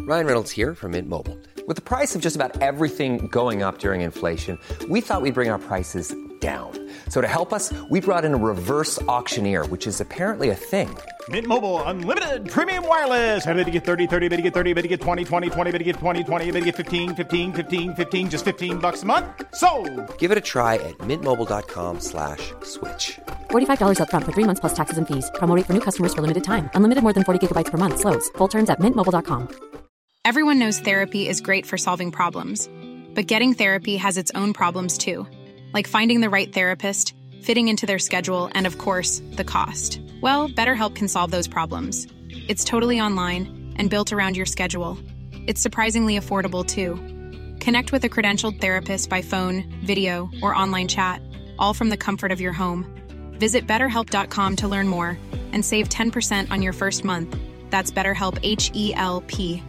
Ryan Reynolds here from Mint Mobile. With the price of just about everything going up during inflation, we thought we'd bring our prices down. So to help us, we brought in a reverse auctioneer, which is apparently a thing. Mint Mobile Unlimited Premium Wireless. How to get 30, 30, bit to get 30, bit to get 20, 20, 20, bit to get 20, 20, bit to get 15, 15, 15, 15, just $15 a month? Sold! Give it a try at mintmobile.com/switch. $45 up front for 3 months plus taxes and fees. Promo rate for new customers for limited time. Unlimited more than 40 gigabytes per month. Slows full terms at mintmobile.com. Everyone knows therapy is great for solving problems. But getting therapy has its own problems too. Like finding the right therapist, fitting into their schedule, and of course, the cost. Well, BetterHelp can solve those problems. It's totally online and built around your schedule. It's surprisingly affordable too. Connect with a credentialed therapist by phone, video, or online chat, all from the comfort of your home. Visit BetterHelp.com to learn more and save 10% on your first month. That's BetterHelp, H-E-L-P.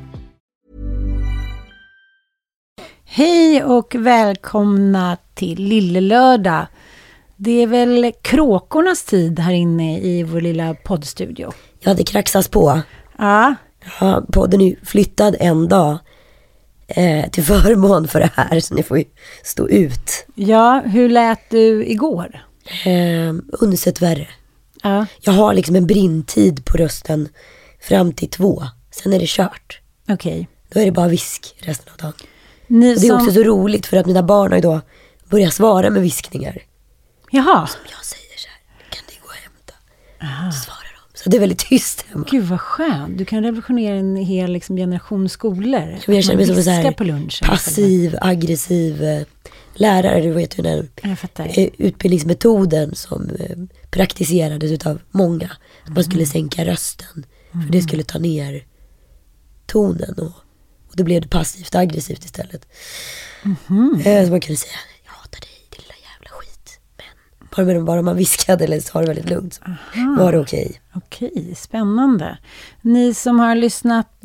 Hej och välkomna till Lillelördag. Det är väl kråkornas tid här inne i vår lilla poddstudio. Ja, det kraxas på. Ja. Ja, podden är ju flyttad en dag till förmån för det här, så ni får ju stå ut. Ja, hur lät du igår? Unsett värre. Ja. Jag har liksom en brintid på rösten fram till 2. Sen är det kört. Okej. Då är det bara visk resten av dagen. Och det är som... också så roligt för att mina barn har ju då börjat svara med viskningar. Jaha. Som jag säger så här: kan det gå och hämta? Så svarar de. Så det är väldigt tyst hemma. Gud vad skönt. Du kan revolutionera en hel liksom, generation skolor. Jag känner mig som en så här på lunchen, passiv, aggressiv lärare. Du vet ju den utbildningsmetoden som praktiserades utav många. Att man skulle sänka rösten. För det skulle ta ner tonen. Och då blev det passivt aggressivt istället. Så man kunde säga: jag hatar dig, din lilla jävla skit. Men bara man viskade eller sa det väldigt lugnt, så var det okej. Okej, spännande. Ni som har lyssnat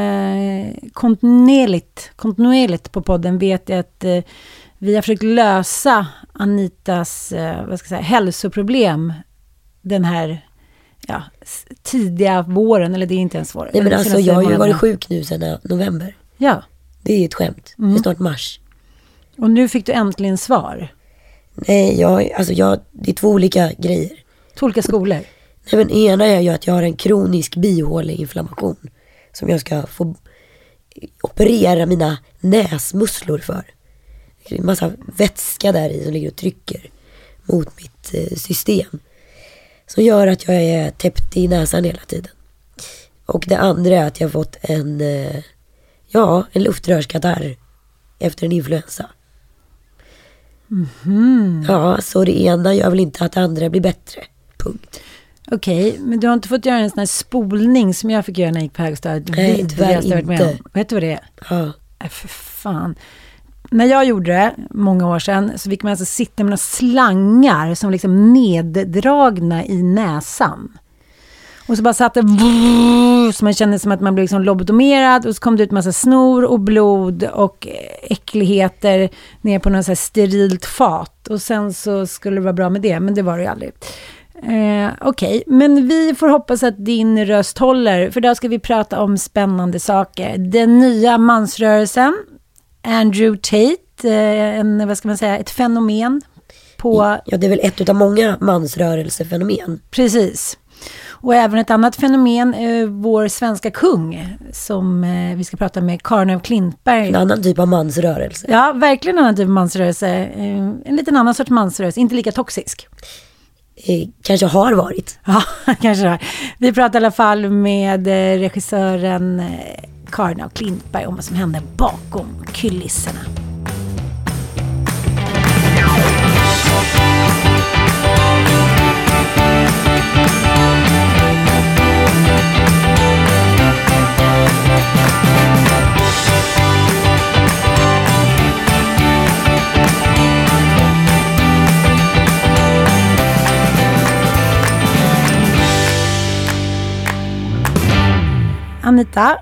kontinuerligt på podden vet att vi har försökt lösa Anitas hälsoproblem den här tidiga våren, eller det är inte ens vår. Nej, men alltså jag har ju varit sjuk nu sedan november. Ja. Det är ju ett skämt. Det är snart mars. Och nu fick du äntligen svar. Nej, det är 2 olika grejer. 2 olika skolor. Nej, men ena är ju att jag har en kronisk bihåleinflammation som jag ska få operera mina näsmusslor för. Det är en massa vätska där i som ligger och trycker mot mitt system. Som gör att jag är täppt i näsan hela tiden. Och det andra är att jag har fått en luftrörskatarr efter en influensa. Ja, så det ena gör väl inte att det andra blir bättre. Punkt. Okej, men du har inte fått göra en sån här spolning som jag fick göra när jag gick på högstadiet? Nej, tyvärr inte. Vet du vad det är? Ja. För fan. När jag gjorde det många år sedan så fick man alltså sitta med några slangar som liksom neddragna i näsan. Och så bara satt det så man kände som att man blev liksom lobotomerad, och så kom det ut massa snor och blod och äckligheter ner på något så här sterilt fat. Och sen så skulle det vara bra med det, men det var det ju aldrig. Okej, men vi får hoppas att din röst håller, för då ska vi prata om spännande saker. Den nya mansrörelsen, Andrew Tate, ett fenomen på... Ja, det är väl ett av många mansrörelsefenomen. Precis. Och även ett annat fenomen, vår svenska kung, som vi ska prata med, Karin af Klintberg. En annan typ av mansrörelse. Ja, verkligen en annan typ av mansrörelse. En liten annan sorts mansrörelse, inte lika toxisk. Kanske har varit. Ja, kanske har. Vi pratar i alla fall med regissören Karin af Klintberg om vad som hände bakom kulisserna. Anita,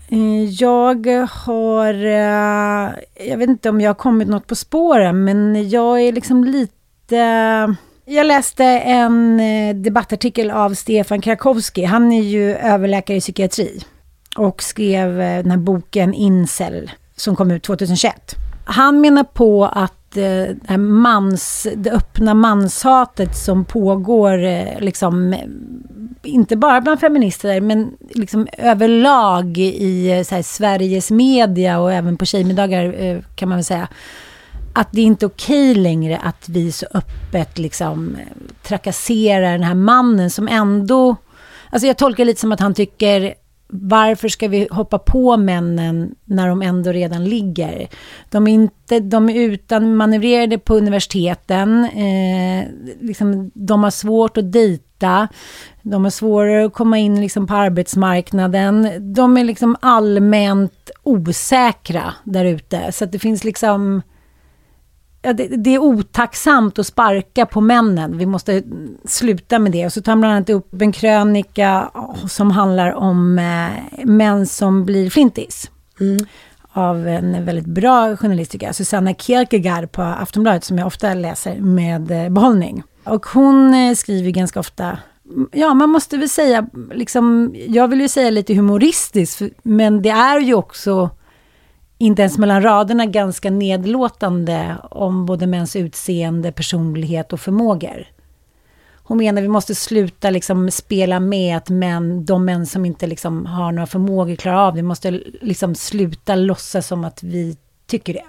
jag vet inte om jag har kommit något på spåren, men jag är liksom lite... Jag läste en debattartikel av Stefan Krakowski. Han är ju överläkare i psykiatri. och skrev den här boken Incel som kom ut 2021. Han menar på att det öppna manshatet som pågår liksom, inte bara bland feminister men liksom överlag i så här, Sveriges media och även på tjejmiddagar kan man väl säga, att det är inte okej längre att vi så öppet liksom trakasserar den här mannen som ändå, alltså jag tolkar lite som att han tycker, varför ska vi hoppa på männen när de ändå redan ligger? De är utan manövrerade på universiteten. Liksom, de har svårt att dejta. De har svårare att komma in liksom, på arbetsmarknaden. De är liksom allmänt osäkra där ute. Så att det finns liksom... Ja, det är otacksamt att sparka på männen. Vi måste sluta med det. Och så tar man bland annat upp en krönika som handlar om män som blir flintis. Av en väldigt bra journalist tycker jag, Susanna Kierkegaard på Aftonbladet, som jag ofta läser med behållning. Och hon skriver ganska ofta, ja man måste väl säga, liksom, jag vill ju säga lite humoristiskt, men det är ju också inte ens mellan raderna ganska nedlåtande om både mäns utseende, personlighet och förmågor. Hon menar att vi måste sluta liksom spela med att de män som inte liksom har några förmågor klarar av det. Vi måste liksom sluta låtsas som att vi tycker det.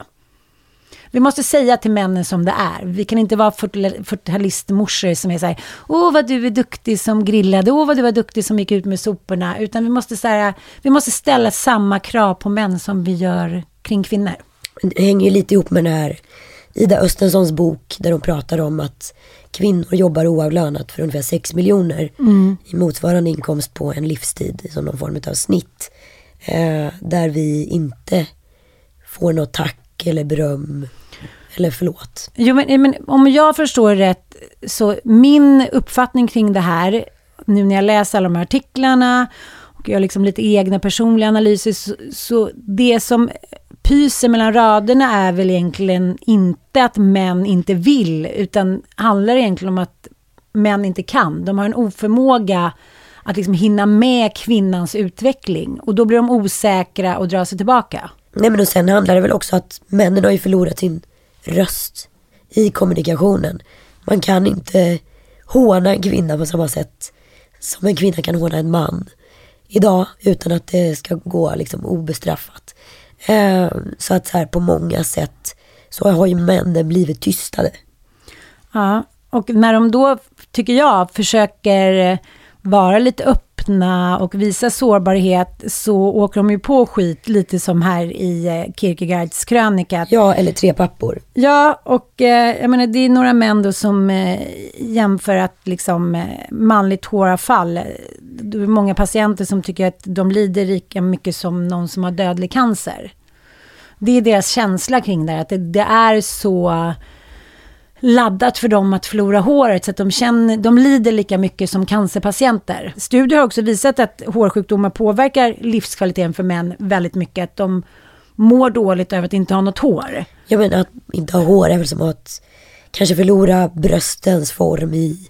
Vi måste säga till männen som det är. Vi kan inte vara 40-talistmorsor som är så här, åh vad du är duktig som grillade, åh vad du var duktig som gick ut med soporna. Utan vi måste ställa samma krav på män som vi gör kring kvinnor. Det hänger ju lite ihop med den här Ida Östenssons bok där de pratar om att kvinnor jobbar oavlönat för ungefär 6 miljoner i motsvarande inkomst på en livstid som någon form av snitt. Där vi inte får något tack eller beröm eller förlåt. Jo, men om jag förstår rätt, så min uppfattning kring det här, nu när jag läser alla de här artiklarna och gör liksom lite egna personliga analyser, så det som pyser mellan raderna är väl egentligen inte att män inte vill, utan handlar egentligen om att män inte kan. De har en oförmåga att liksom hinna med kvinnans utveckling, och då blir de osäkra och drar sig tillbaka. Nej, men och sen handlar det väl också att männen har ju förlorat sin röst i kommunikationen. Man kan inte håna en kvinna på samma sätt som en kvinna kan håna en man idag utan att det ska gå liksom obestraffat. Så att så här, på många sätt så har ju männen blivit tystade. Ja, och när de då, tycker jag, försöker vara lite öppna och visa sårbarhet, så åker de ju på skit lite som här i Kierkegaards krönika. Ja, eller 3 pappor. Ja, och jag menar, det är några män då som jämför att liksom manligt håravfall. Det är många patienter som tycker att de lider lika mycket som någon som har dödlig cancer. Det är deras känsla kring det, att det är så laddat för dem att förlora håret, så att de lider lika mycket som cancerpatienter. Studier har också visat att hårsjukdomar påverkar livskvaliteten för män väldigt mycket, att de mår dåligt över att inte ha något hår. Jag menar, att inte ha hår är väl som att kanske förlora bröstens form i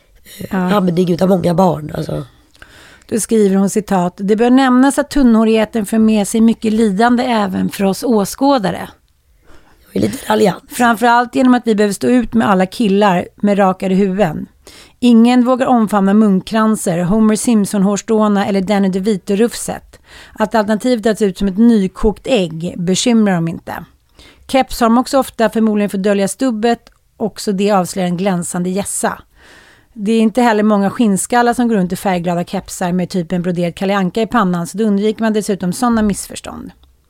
amning utav många barn. Alltså. Då skriver hon citat: "Det bör nämnas att tunnhårigheten för med sig mycket lidande även för oss åskådare. Lite raljant. Framförallt genom att vi behöver stå ut med alla killar med rakade huvuden. Ingen vågar omfamna munkkranser, Homer Simpson-hårstråna eller Danny DeVito-rufset. Att alternativet att se ut som ett nykokt ägg bekymrar dem inte. Keps har de också ofta, förmodligen för att dölja stubbet, också det avslöjar en glänsande gässa. Det är inte heller många skinnskallar som går runt i färgglada kepsar med typ en broderad Kalle Anka i pannan, så då undviker man dessutom sådana missförstånd."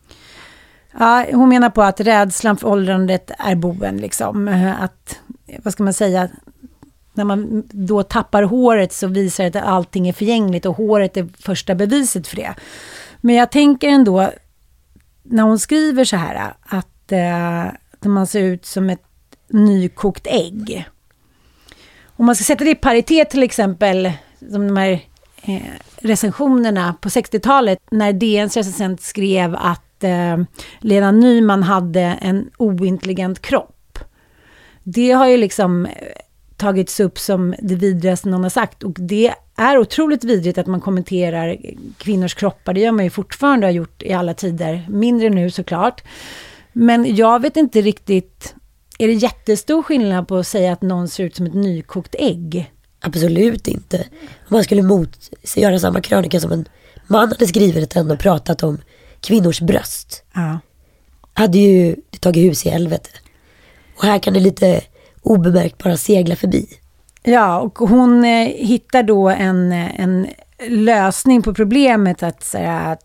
Ja, hon menar på att rädslan för åldrandet är boven liksom. Att, vad ska man säga, när man då tappar håret så visar det att allting är förgängligt, och håret är första beviset för det. Men jag tänker ändå, när hon skriver så här, att man ser ut som ett nykokt ägg. Om man ska sätta det i paritet till exempel, som de här recensionerna på 60-talet, när DNs recensent skrev att Lena Nyman hade en ointelligent kropp. Det har ju liksom tagits upp som det vidrigaste någon har sagt. Och det är otroligt vidrigt att man kommenterar kvinnors kroppar. Det gör man ju fortfarande, har gjort i alla tider. Mindre nu såklart. Men jag vet inte riktigt, är det jättestor skillnad på att säga att någon ser ut som ett nykokt ägg? Absolut inte. Om man skulle göra samma krönika som en man hade skrivit den och pratat om kvinnors bröst. Ja. Hade ju tagit hus i helvete. Och här kan det lite obemärkt bara segla förbi. Ja, och hon hittar då en lösning på problemet att säga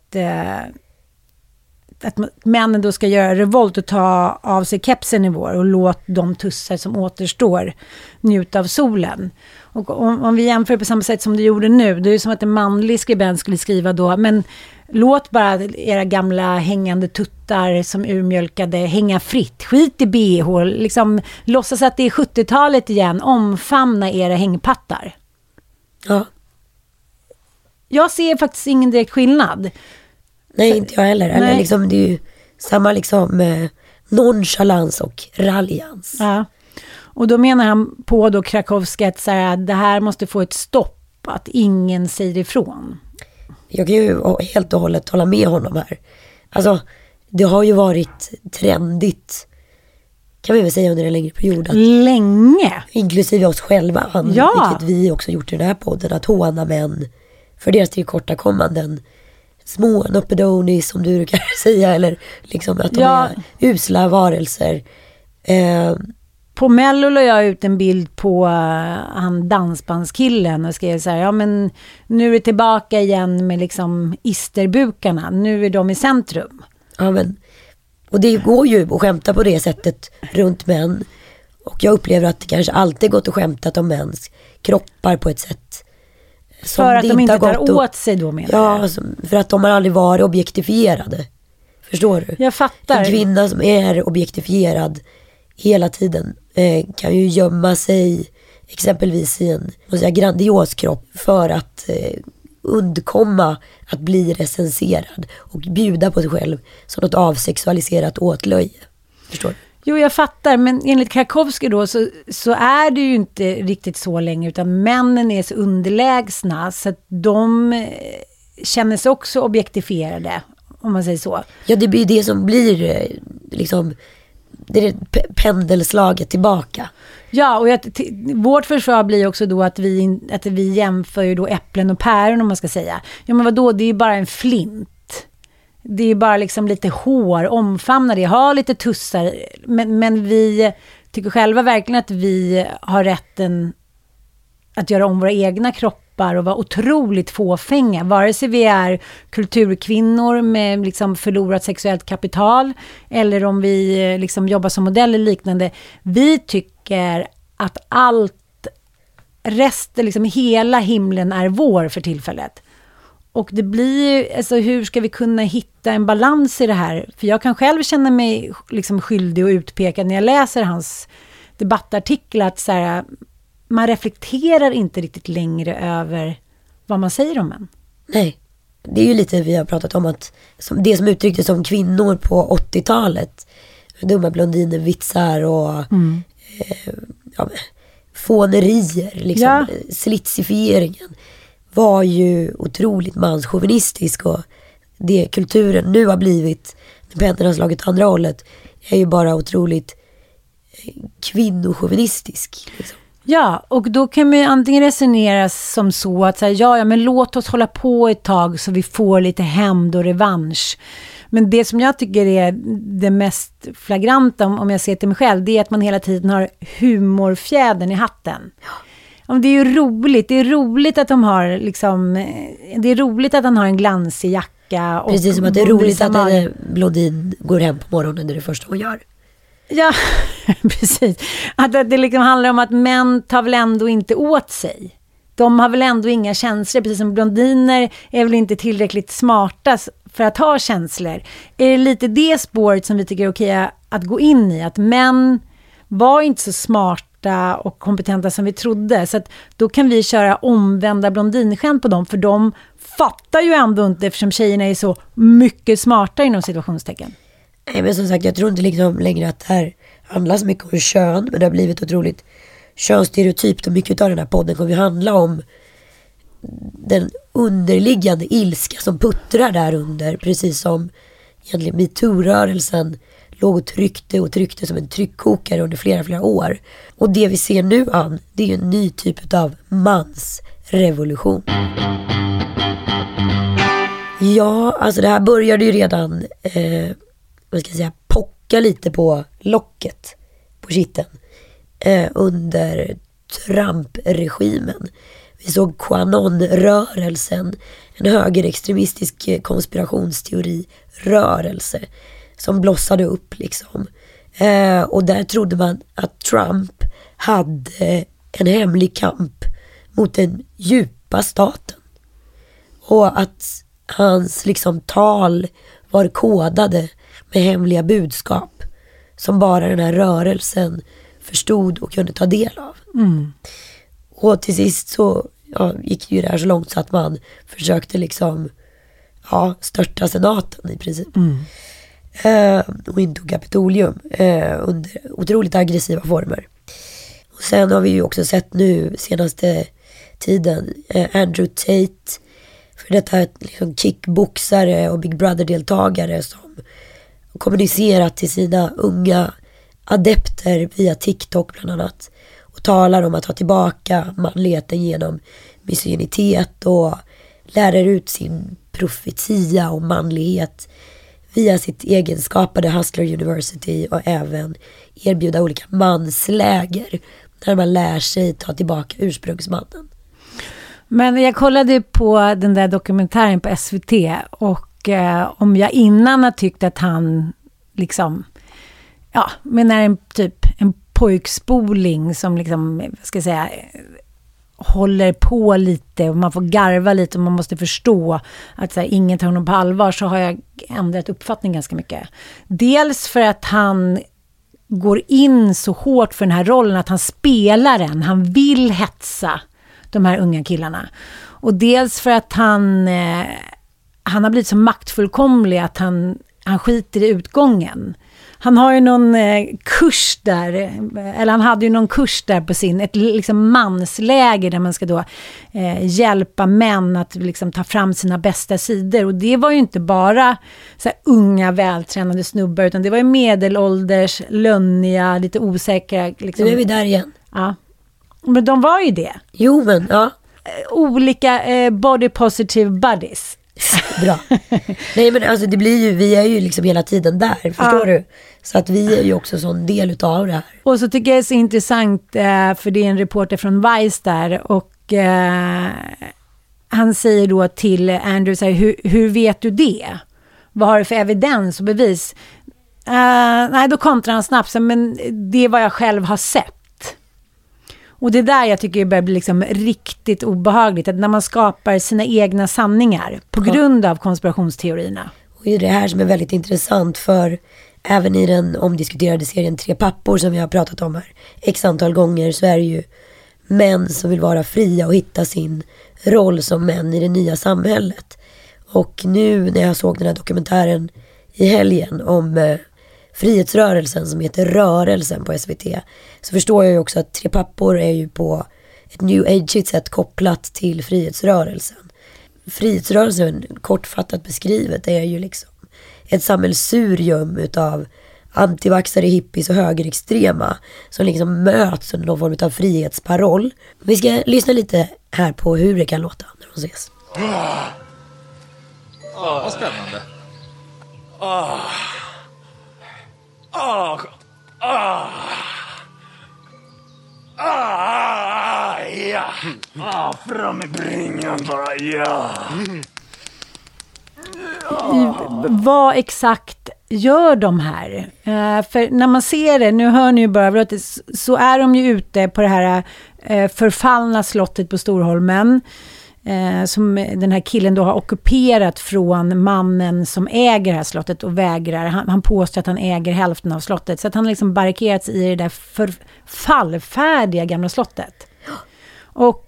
att männen då ska göra revolt och ta av sig kepsen i vår och låt de tussar som återstår njuta av solen. Och om vi jämför på samma sätt som det gjorde nu, det är ju som att en manlig skribent skulle skriva då, men låt bara era gamla hängande tuttar som urmjölkade hänga fritt, skit i BH, liksom låtsas att det är 70-talet igen, omfamna era hängpattar. Ja. Jag ser faktiskt ingen direkt skillnad. Nej, inte jag heller. Eller liksom, det är ju samma liksom nonchalans och raljans. Ja. Och då menar han på då Krakowski att så här, det här måste få ett stopp, att ingen säger ifrån. Jag kan ju helt och hållet hålla med honom här. Alltså, det har ju varit trendigt, kan vi väl säga, under en längre period. Länge! Inklusive oss själva, vilket vi också gjort i den här podden, att håna män för deras tillkortakommanden. Små noppedonis som du kan säga, eller liksom att de är usla varelser. På Mello la jag ut en bild på han dansbandskillen och skrev så här, ja men nu är det tillbaka igen med liksom isterbukarna, nu är de i centrum. Ja, men och det går ju att skämta på det sättet runt män, och jag upplever att det kanske alltid gått att skämta om mäns kroppar på ett sätt som för att de inte har tar gått åt sig då, menar jag. Ja, för att de har aldrig varit objektifierade. Förstår du? Jag fattar. En kvinna som är objektifierad hela tiden kan ju gömma sig exempelvis i en grandios kropp för att undkomma att bli recenserad och bjuda på sig själv som något avsexualiserat åtlöje. Förstår du? Jo, jag fattar, men enligt Krakowski då så är det ju inte riktigt så länge, utan männen är så underlägsna så att de känner sig också objektifierade, om man säger så. Ja, det blir det som blir liksom det är pendelslaget tillbaka. Ja, och vårt försvar blir också då att vi jämför ju då äpplen och päron, om man ska säga. Ja, men vadå, det är ju bara en flint. Det är ju bara liksom lite hår, omfamna det, ha lite tussar. Men vi tycker själva verkligen att vi har rätten att göra om våra egna kroppar och vara otroligt fåfänga. Vare sig vi är kulturkvinnor med liksom förlorat sexuellt kapital eller om vi liksom jobbar som modell eller liknande. Vi tycker att resten, liksom hela himlen är vår för tillfället. Och det blir, alltså hur ska vi kunna hitta en balans i det här? För jag kan själv känna mig liksom skyldig och utpekad när jag läser hans debattartiklar, att så här, man reflekterar inte riktigt längre över vad man säger om män. Nej, det är ju lite vi har pratat om att det som uttrycktes som kvinnor på 80-talet, dumma blondiner, vitsar och fånerier, liksom, slitsifieringen var ju otroligt manschauvinistisk, och det kulturen nu har blivit, när pendeln har slagit andra hållet, är ju bara otroligt kvinnochauvinistisk liksom. Ja, och då kan man ju antingen resonera som så att säga, ja men låt oss hålla på ett tag så vi får lite hämnd och revansch. Men det som jag tycker är det mest flagranta, om jag ser till mig själv, det är att man hela tiden har humorfjädern i hatten. Det är ju roligt. Det är roligt att de har liksom, det är roligt att han har en glansig jacka. Och precis som att det är roligt att en blondin går hem på morgonen, det är det första hon gör. Ja, precis. Att det liksom handlar om att män tar väl ändå inte åt sig. De har väl ändå inga känslor, precis som blondiner är väl inte tillräckligt smarta för att ha känslor. Är det lite det spåret som vi tycker är okej att gå in i? Att män var inte så smarta och kompetenta som vi trodde. Så att då kan vi köra omvända blondinskämt på dem, för de fattar ju ändå inte, eftersom tjejerna är så mycket smarta inom situationstecken. Nej, men som sagt, jag tror inte liksom längre att det här handlar så mycket om kön, men det har blivit otroligt könsstereotypt, och mycket av den här podden kommer ju handla om den underliggande ilska som puttrar där under, precis som egentligen MeToo-rörelsen låg och tryckte som en tryckkokare under flera år. Och det vi ser nu, Ann, det är ju en ny typ av mansrevolution. Ja, alltså det här började ju redan pocka lite på locket på kitteln under Trump-regimen. Vi såg QAnon-rörelsen, en högerextremistisk konspirationsteori-rörelse som blossade upp liksom. Och där trodde man att Trump hade en hemlig kamp mot den djupa staten. Och att hans liksom tal var kodade med hemliga budskap som bara den här rörelsen förstod och kunde ta del av. Och till sist så gick ju det här så långt så att man försökte liksom störta senaten i princip. Och intog Kapitolium under otroligt aggressiva former. Och sen har vi ju också sett nu senaste tiden Andrew Tate, för detta liksom kickboxare och Big Brother-deltagare som kommunicerat till sina unga adepter via TikTok bland annat, och talar om att ta tillbaka manligheten genom misogynitet och lära ut sin profetia om manlighet via sitt egenskapade Hustler University, och även erbjuda olika mansläger där man lär sig ta tillbaka ursprungsmannen. Men jag kollade på den där dokumentären på SVT, och om jag innan har tyckt att han liksom, men är en pojkspoling som liksom, ska jag säga, håller på lite och man får garva lite och man måste förstå att så här, ingen tar honom på allvar, så har jag ändrat uppfattning ganska mycket. Dels för att han går in så hårt för den här rollen, att han spelar den, han vill hetsa de här unga killarna. Och dels för att han har blivit så maktfullkomlig att han skiter i utgången. Han har ju någon kurs där, eller han hade ju någon kurs där på ett liksom mansläger där man ska då hjälpa män att liksom ta fram sina bästa sidor. Och det var ju inte bara så här unga vältränade snubbar, utan det var ju medelålders, lönniga, lite osäkra. Liksom. Nu är vi där igen. Ja, men de var ju det. Jo, men olika body positive buddies. Bra. Nej, men alltså det blir ju, vi är ju liksom hela tiden där, förstår du? Så att vi är ju också sån del utav det här. Och så tycker jag det är så intressant, för det är en reporter från Vice där, och han säger då till Andrew så här, hur vet du det? Vad har du för evidens och bevis? Nej, då kontrar han snabbt, men det är vad jag själv har sett. Och det där jag tycker börjar bli liksom riktigt obehagligt, att när man skapar sina egna sanningar på grund av konspirationsteorierna. Och det är det här som är väldigt intressant, för även i den omdiskuterade serien Tre pappor som vi har pratat om här x antal gånger, så är det ju män som vill vara fria och hitta sin roll som män i det nya samhället. Och nu när jag såg den här dokumentären i helgen om frihetsrörelsen som heter Rörelsen på SVT, så förstår jag ju också att Tre pappor är ju på ett new age sätt kopplat till frihetsrörelsen. Frihetsrörelsen, kortfattat beskrivet, är ju liksom ett sammelsurium utav antivaxare, hippies och högerextrema som liksom möts under någon form av frihetsparoll. Vi ska lyssna lite här på hur det kan låta när de ses. Vad spännande. Ja. Fram i bringan bara, ja. Vad exakt gör de här? För när man ser det, nu hör ni ju bara, så är de ju ute på det här förfallna slottet på Storholmen. Som den här killen då har ockuperat från mannen som äger det här slottet och vägrar. Han påstår att han äger hälften av slottet. Så att han liksom barrikerat sig i det där fallfärdiga gamla slottet. Och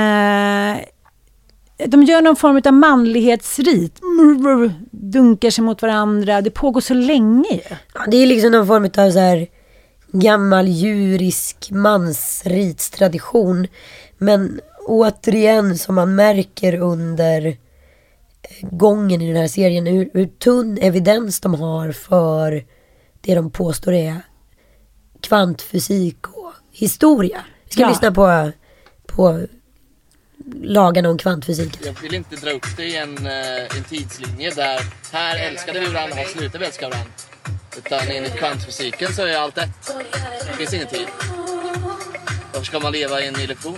de gör någon form av manlighetsrit. Dunkar sig mot varandra. Det pågår så länge. Ja, det är liksom någon form av så här gammal djurisk mansritstradition. Men återigen, som man märker under gången i den här serien, hur tunn evidens de har för det de påstår är kvantfysik och historia. Vi ska lyssna på lagarna om kvantfysik. Jag vill inte dra upp det i en tidslinje där här älskade vi varandra, här slutar vi älska varandra. Utan enligt kvantfysiken så är allt ett. Det finns ingen tid. Varför ska man leva i en illusion?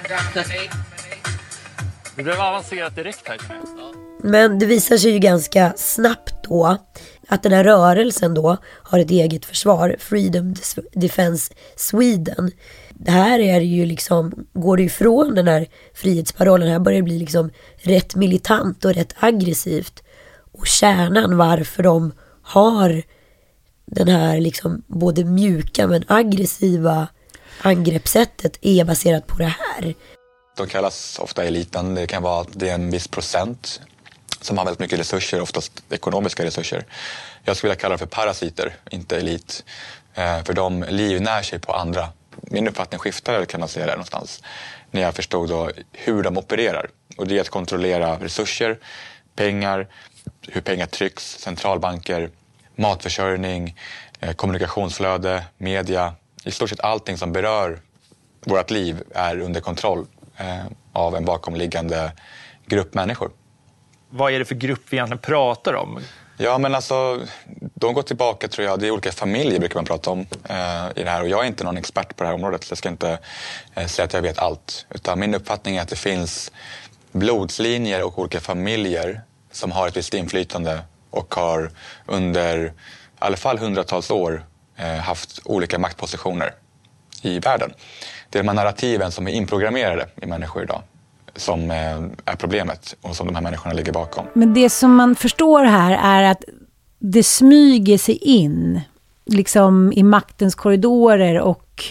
Det blev avancerat direkt här. Men det visar sig ju ganska snabbt då att den här rörelsen då har ett eget försvar, Freedom Defense Sweden. Det här är ju liksom, går det ifrån den här frihetsparollen, här börjar det bli liksom rätt militant och rätt aggressivt. Och kärnan varför de har den här liksom både mjuka men aggressiva angreppssättet är baserat på det här. De kallas ofta eliten. Det kan vara att det är en viss procent som har väldigt mycket resurser, oftast ekonomiska resurser. Jag skulle vilja kalla det för parasiter, inte elit. För de livnär sig på andra. Min uppfattning skiftade, kan man säga, där någonstans. När jag förstod då hur de opererar. Och det är att kontrollera resurser, pengar, hur pengar trycks, centralbanker, matförsörjning, kommunikationsflöde, media. I stort sett allting som berör vårt liv är under kontroll av en bakomliggande grupp människor. Vad är det för grupp vi egentligen pratar om? Ja, men alltså, de går tillbaka, tror jag. Det är olika familjer brukar man prata om i det här. Och jag är inte någon expert på det här området, så jag ska inte säga att jag vet allt. Utan min uppfattning är att det finns blodslinjer och olika familjer som har ett visst inflytande och har under i alla fall hundratals år haft olika maktpositioner i världen. Det är de här narrativen som är inprogrammerade i människor idag som är problemet och som de här människorna ligger bakom. Men det som man förstår här är att det smyger sig in liksom i maktens korridorer och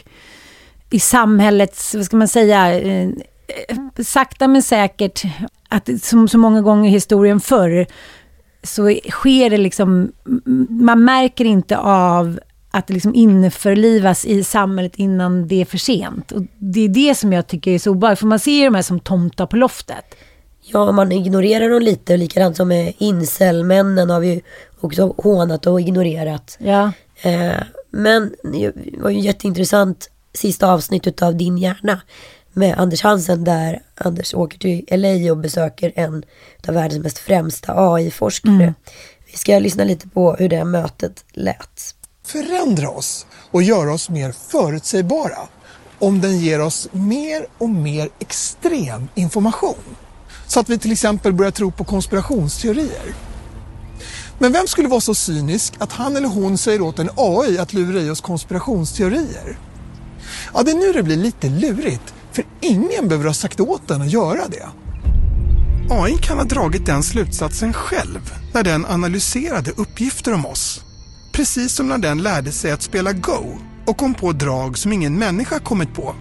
i samhällets, vad ska man säga, sakta men säkert, att som så många gånger i historien förr så sker det liksom, man märker inte av att det liksom införlivas i samhället innan det är för sent. Och det är det som jag tycker är så obehagligt, för man ser de här som tomtar på loftet. Ja, man ignorerar dem lite, likadant som med incel-männen har vi också hånat och ignorerat. Ja. Men det var ju jätteintressant sista avsnittet av Din hjärna med Anders Hansen, där Anders åker till LA och besöker en av världens mest främsta AI-forskare. Vi ska lyssna lite på hur det här mötet lät. Förändra oss och göra oss mer förutsägbara om den ger oss mer och mer extrem information. Så att vi till exempel börjar tro på konspirationsteorier. Men vem skulle vara så cynisk att han eller hon säger åt en AI att lura i oss konspirationsteorier? Ja, det är nu det blir lite lurigt, för ingen behöver ha sagt åt den att göra det. AI kan ha dragit den slutsatsen själv när den analyserade uppgifter om oss. Precis som när den lärde sig att spela Go och kom på drag som ingen människa kommit på.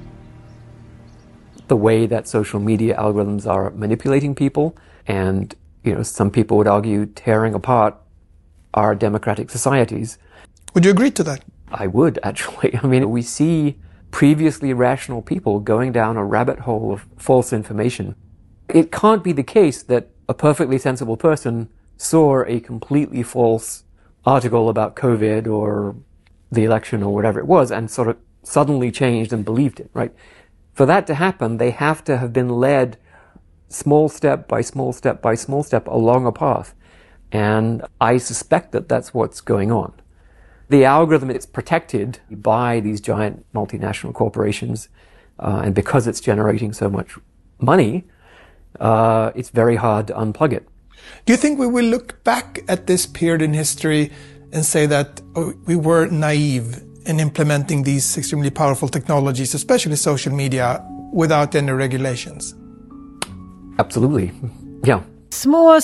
The way that social media algorithms are manipulating people and, some people would argue tearing apart our democratic societies. Would you agree to that? I would, actually. I mean, we see previously rational people going down a rabbit hole of false information. It can't be the case that a perfectly sensible person saw a completely false article about COVID or the election or whatever it was and sort of suddenly changed and believed it, right? For that to happen, they have to have been led small step by small step by small step along a path. And I suspect that that's what's going on. The algorithm is protected by these giant multinational corporations, and because it's generating so much money, it's very hard to unplug it. Do you think we will look back at this period in history and say that we were naive in implementing these extremely powerful technologies, especially social media, without any regulations? Absolutely. Yeah. Små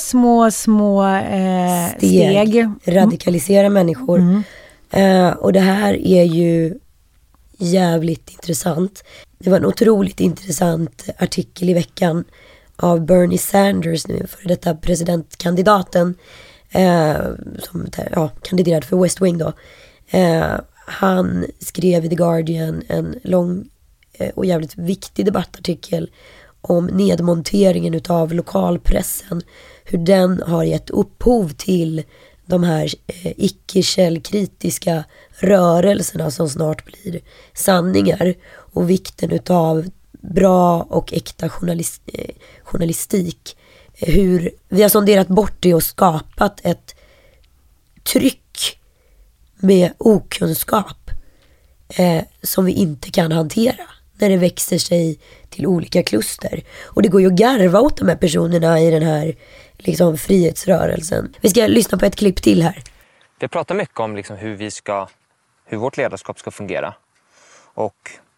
steg. Radikalisera människor. Och det här är ju jävligt intressant. Det var en otroligt intressant artikel i veckan av Bernie Sanders, nu för detta presidentkandidaten som kandiderade för West Wing då. Han skrev i The Guardian en lång och jävligt viktig debattartikel om nedmonteringen utav lokalpressen. Hur den har gett upphov till de här icke-källkritiska rörelserna som snart blir sanningar. Och vikten utav bra och äkta journalistik. Hur vi har sonderat bort det och skapat ett tryck med okunskap som vi inte kan hantera när det växer sig till olika kluster. Och det går ju att garva åt de här personerna i den här liksom frihetsrörelsen. Vi ska lyssna på ett klipp till här. Vi pratar mycket om liksom hur vårt ledarskap ska fungera. Och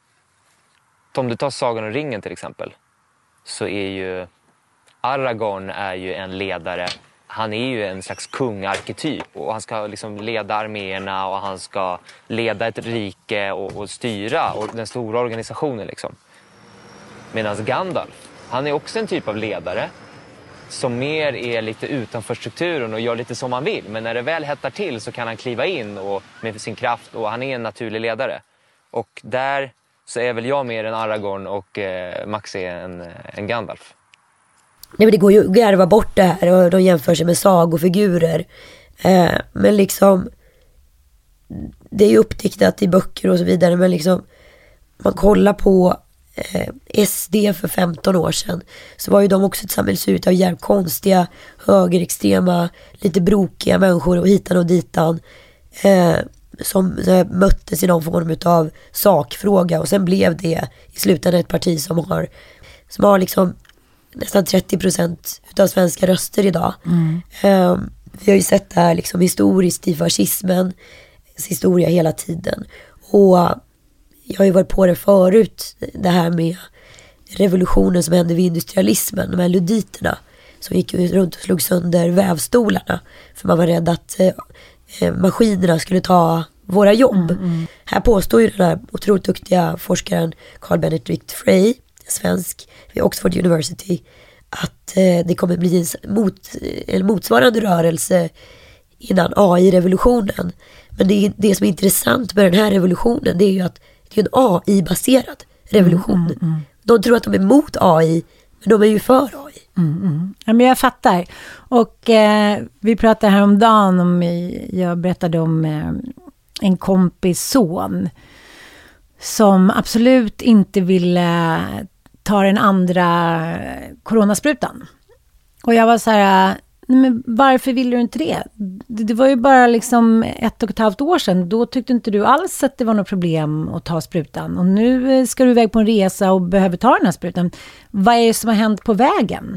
om du tar Sagan och ringen till exempel, så är ju Aragorn är ju en ledare. Han är ju en slags kungarketyp och han ska liksom leda arméerna och han ska leda ett rike och styra och den stora organisationen liksom. Medan Gandalf, han är också en typ av ledare som mer är lite utanför strukturen och gör lite som han vill. Men när det väl hettar till så kan han kliva in och med sin kraft och han är en naturlig ledare. Och där så är väl jag mer en Aragorn och Max är en Gandalf. Nej, men det går ju att garva bort det här och de jämför sig med sagofigurer. Men liksom det är ju uppdiktat i böcker och så vidare, men liksom man kollar på SD för 15 år sedan så var ju de också ett sammelsurium av jävligt konstiga, högerextrema, lite brokiga människor och hitan och ditan som möttes i någon form av sakfråga, och sen blev det i slutändan ett parti som har liksom nästan 30% utav svenska röster idag. Vi har ju sett det här liksom historiskt i fascismens historia hela tiden, och jag har ju varit på det förut, det här med revolutionen som hände vid industrialismen, de här luditerna som gick runt och slog sönder vävstolarna för man var rädd att maskinerna skulle ta våra jobb. Här påstår ju den här otroligt duktiga forskaren Carl Benedict Frey, svensk vid Oxford University, att det kommer bli en motsvarande rörelse innan AI-revolutionen. Men det som är intressant med den här revolutionen, det är ju att det är en AI-baserad revolution. De tror att de är mot AI, men de är ju för AI. Ja, men jag fattar. Och vi pratade häromdagen om, jag berättade om en kompis son som absolut inte ville ta den andra coronasprutan. Och jag var så här, men varför vill du inte det? Det var ju bara liksom 1,5 år sedan. Då tyckte inte du alls att det var något problem att ta sprutan. Och nu ska du iväg på en resa och behöver ta den här sprutan. Vad är det som har hänt på vägen?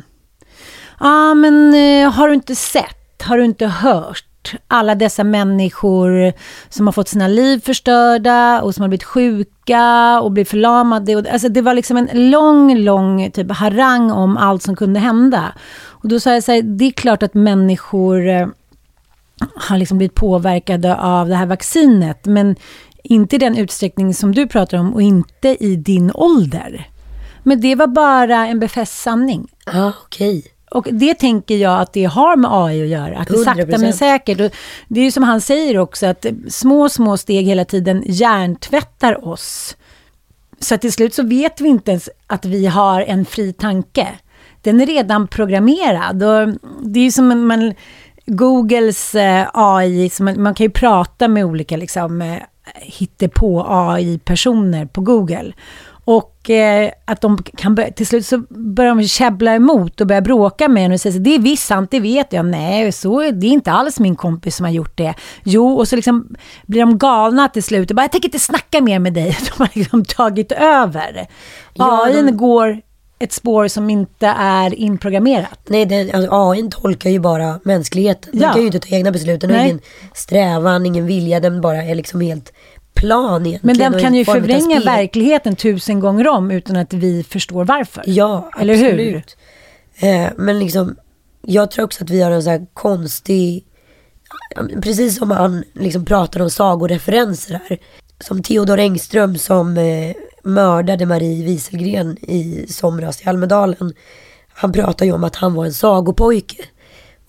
Men har du inte sett? Har du inte hört? Alla dessa människor som har fått sina liv förstörda och som har blivit sjuka och blivit förlamade. Alltså det var liksom en lång typ harang om allt som kunde hända. Och då sa jag så här, det är klart att människor har liksom blivit påverkade av det här vaccinet, men inte i den utsträckning som du pratar om och inte i din ålder. Men det var bara en befäst sanning. Ja, okej. Och det tänker jag att det har med AI att göra. Att det 100%. Sakta men säkert. Och det är ju som han säger också, att små steg hela tiden hjärntvättar oss. Så att till slut så vet vi inte ens att vi har en fri tanke. Den är redan programmerad. Och det är ju som Googles AI. Man kan ju prata med olika liksom, hittepå AI-personer på Google. Och att de kan till slut så börjar de käbbla emot och börja bråka med en och säga så, det är visst sant, det vet jag. Nej, så det är inte alls min kompis som har gjort det. Jo, och så liksom blir de galna till slut och bara, jag tänker inte snacka mer med dig. De har liksom tagit över. AI:n går ett spår som inte är inprogrammerat. Nej, AI:n tolkar ju bara mänskligheten. Den kan ju inte ta egna beslut. Den har ingen strävan, ingen vilja. Den bara är liksom helt plan egentligen. Men den kan ju förvränga verkligheten 1000 gånger om utan att vi förstår varför. Ja, eller absolut. Hur? Men liksom, jag tror också att vi har en så här konstig, precis som man liksom pratar om sagoreferenser här, som Theodor Engström som mördade Marie Wieselgren i somras i Almedalen. Han pratar ju om att han var en sagopojke. Och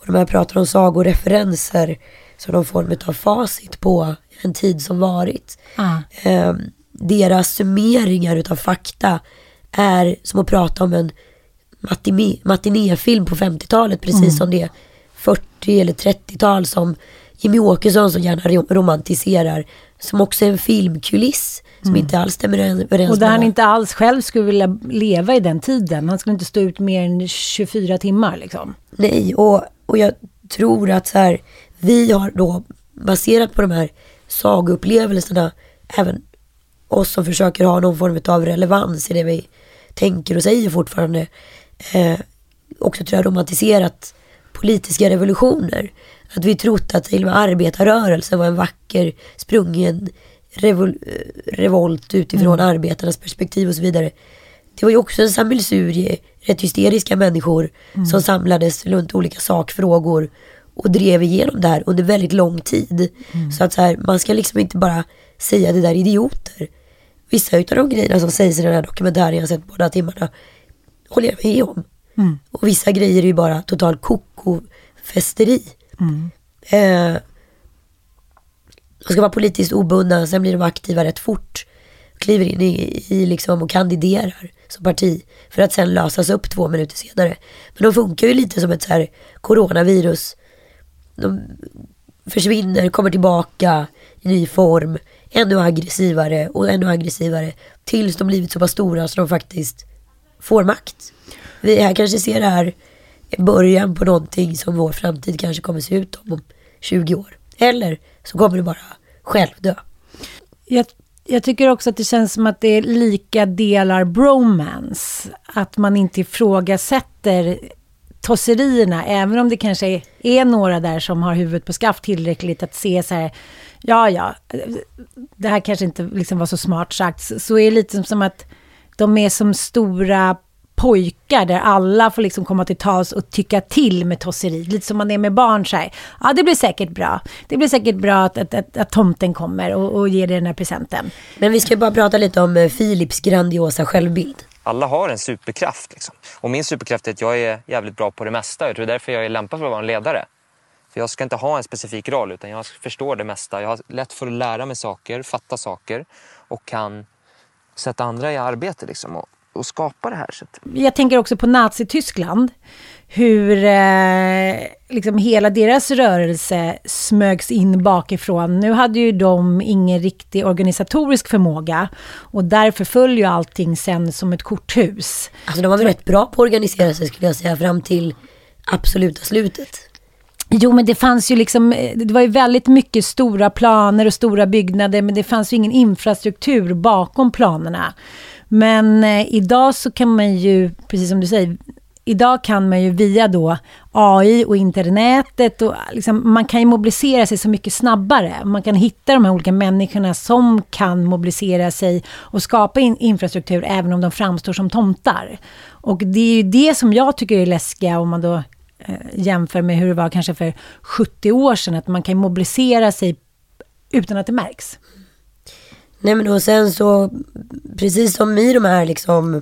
de här pratar om sagoreferenser som någon form av facit på en tid som varit. Deras summeringar utav fakta är som att prata om en matinéfilm på 50-talet, precis som det 40 eller 30-tal som Jimmy Åkesson så gärna romantiserar, som också är en filmkuliss som inte alls stämmer överens. Och där han inte alls själv skulle vilja leva i den tiden. Han skulle inte stå ut mer än 24 timmar liksom. Nej, och jag tror att så här, vi har då baserat på de här sagoupplevelserna, även oss som försöker ha någon form av relevans i det vi tänker och säger fortfarande, också tror jag romantiserat politiska revolutioner. Att vi trott att till och med arbetarrörelsen var en vacker sprungen revolt utifrån arbetarnas perspektiv och så vidare. Det var ju också en sammelsurie rätt hysteriska människor som samlades runt olika sakfrågor och drev igenom det här under väldigt lång tid. Så att så här, man ska liksom inte bara säga det där idioter. Vissa utav de grejerna som sägs i den här dokumentären jag har sett båda timmarna håller jag med om. Och vissa grejer är ju bara total kokofesteri. De ska vara politiskt obundna, sen blir de aktiva rätt fort, kliver in i liksom och kandiderar som parti för att sen lösas upp 2 minuter senare. Men de funkar ju lite som ett så här coronavirus. De försvinner, kommer tillbaka i ny form, ännu aggressivare tills de blivit så pass stora så de faktiskt får makt. Vi här kanske ser det här i början på någonting som vår framtid kanske kommer se ut om 20 år. Eller så kommer det bara själv dö. Jag tycker också att det känns som att det är lika delar bromance. Att man inte ifrågasätter tosserierna, även om det kanske är några där som har huvudet på skaft tillräckligt att se så här, ja, det här kanske inte liksom var så smart sagt. Så är det lite som att de är som stora pojkar där alla får liksom komma till tals och tycka till med tosseri. Lite som man är med barn så här. Ja, det blir säkert bra. Det blir säkert bra att tomten kommer och ger dig den här presenten. Men vi ska bara prata lite om Philips grandiosa självbild. Alla har en superkraft liksom. Och min superkraft är att jag är jävligt bra på det mesta. Jag tror därför jag är lämpad för att vara en ledare. För jag ska inte ha en specifik roll utan jag förstår det mesta. Jag har lätt för att lära mig saker, fatta saker och kan sätta andra i arbete liksom och skapa det här. Jag tänker också på Nazi-Tyskland. Hur liksom hela deras rörelse smögs in bakifrån. Nu hade ju de ingen riktig organisatorisk förmåga. Och därför föll ju allting sen som ett korthus. Alltså de var väl rätt bra på att organisera sig skulle jag säga fram till absoluta slutet. Jo, men det fanns ju liksom, det var ju väldigt mycket stora planer och stora byggnader, men det fanns ju ingen infrastruktur bakom planerna. Men idag så kan man ju, precis som du säger, idag kan man ju via då AI och internetet och liksom, man kan ju mobilisera sig så mycket snabbare. Man kan hitta de här olika människorna som kan mobilisera sig och skapa infrastruktur även om de framstår som tomtar. Och det är ju det som jag tycker är läskiga om man då jämför med hur det var kanske för 70 år sedan, att man kan mobilisera sig utan att det märks. Nej, men och sen så precis som i de här liksom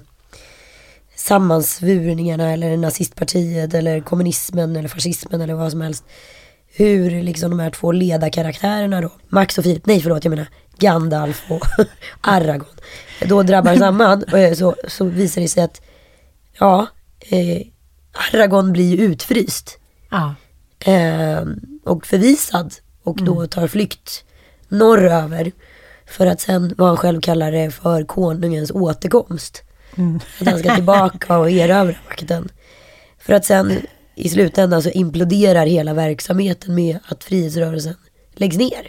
sammansvurningarna eller nazistpartiet eller kommunismen eller fascismen eller vad som helst, hur liksom de här två ledarkaraktärerna då, Max och Filip, Gandalf och Aragorn då drabbar samman så visar det sig att Aragorn blir utfryst och förvisad och då tar flykt norröver för att sen vad han själv kallar det för konungens återkomst. Att han ska tillbaka och erövra makten. För att sen i slutändan så imploderar hela verksamheten med att frihetsrörelsen läggs ner.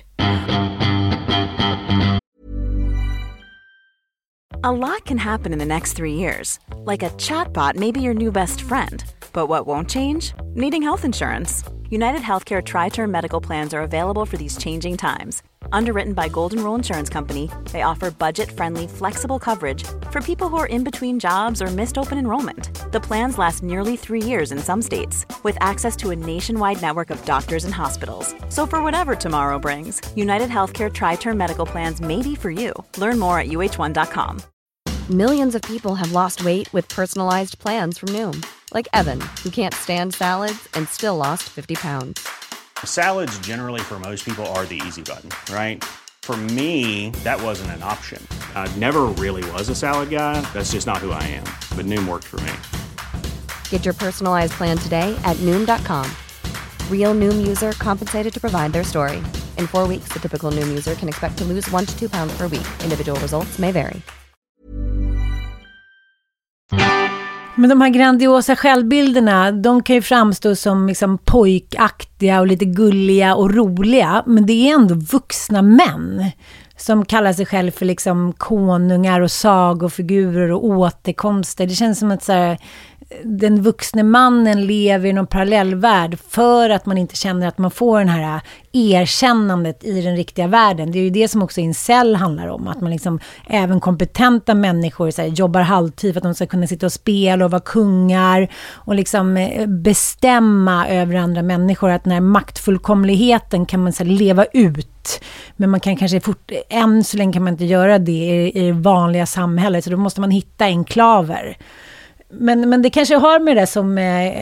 A lot can happen in the next 3 years. Like a chatbot may be your new best friend. But what won't change? Needing health insurance. United Healthcare Tri-Term Medical Plans are available for these changing times. Underwritten by Golden Rule Insurance Company, they offer budget-friendly, flexible coverage for people who are in between jobs or missed open enrollment. The plans last nearly 3 years in some states, with access to a nationwide network of doctors and hospitals. So for whatever tomorrow brings, United Healthcare Tri-Term Medical Plans may be for you. Learn more at uh1.com. Millions of people have lost weight with personalized plans from Noom. Like Evan, who can't stand salads and still lost 50 pounds. Salads generally for most people are the easy button, right? For me, that wasn't an option. I never really was a salad guy. That's just not who I am. But Noom worked for me. Get your personalized plan today at Noom.com. Real Noom user compensated to provide their story. In 4 weeks, the typical Noom user can expect to lose 1 to 2 pounds per week. Individual results may vary. Men de här grandiosa självbilderna, de kan ju framstå som liksom pojkaktiga och lite gulliga och roliga. Men det är ändå vuxna män som kallar sig själv för liksom konungar och sagofigurer och återkomster. Det känns som att så här, den vuxne mannen lever i någon parallellvärld för att man inte känner att man får den här erkännandet i den riktiga världen. Det är ju det som också incel handlar om. Att man liksom, även kompetenta människor så här, jobbar halvtid för att de ska kunna sitta och spela och vara kungar och liksom bestämma över andra människor. Att den här maktfullkomligheten kan man så här, leva ut. Men man kan kanske än så länge kan man inte göra det i det vanliga samhället. Så då måste man hitta enklaver. Men det kanske har med det som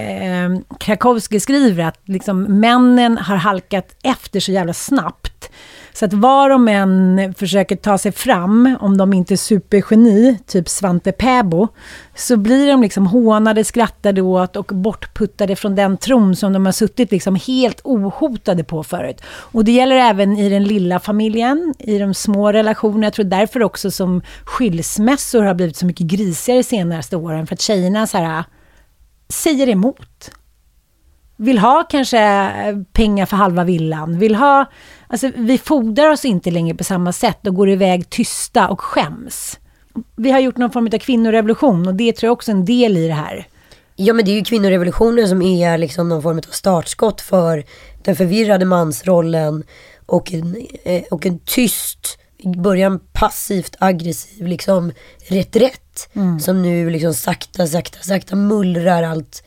Krakowski skriver, att liksom männen har halkat efter så jävla snabbt. Så att var de än försöker ta sig fram, om de inte är supergeni, typ Svante Pääbo, så blir de liksom hånade, skrattade åt och bortputtade från den tron som de har suttit liksom helt ohotade på förut. Och det gäller även i den lilla familjen, i de små relationerna. Jag tror därför också som skilsmässor har blivit så mycket grisigare de senaste åren, för att tjejerna så här, säger emot. Vill ha kanske pengar för halva villan. Vill ha, alltså vi fodrar oss inte längre på samma sätt och går iväg tysta och skäms. Vi har gjort någon form av kvinnorevolution och det tror jag också är en del i det här. Ja, men det är ju kvinnorevolutionen som är liksom någon form av startskott för den förvirrade mansrollen och en tyst, i början passivt aggressiv liksom reträtt som nu liksom sakta mullrar allt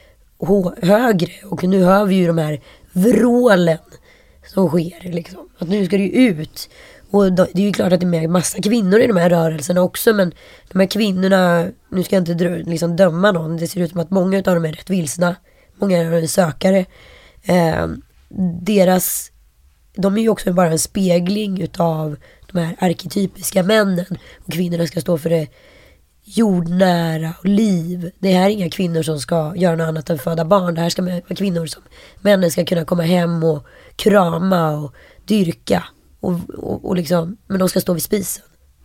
högre, och nu hör vi ju de här vrålen som sker liksom, att nu ska det ju ut, och det är ju klart att det är massa kvinnor i de här rörelserna också, men de här kvinnorna, nu ska jag inte liksom döma någon, det ser ut som att många av dem är rätt vilsna, många är sökare, de är ju också bara en spegling utav de här arketypiska männen, och kvinnorna ska stå för det jordnära och liv. Det här är inga kvinnor som ska göra något annat än föda barn. Det här ska vara kvinnor som männen ska kunna komma hem och krama och dyrka och liksom, men de ska stå vid spisen.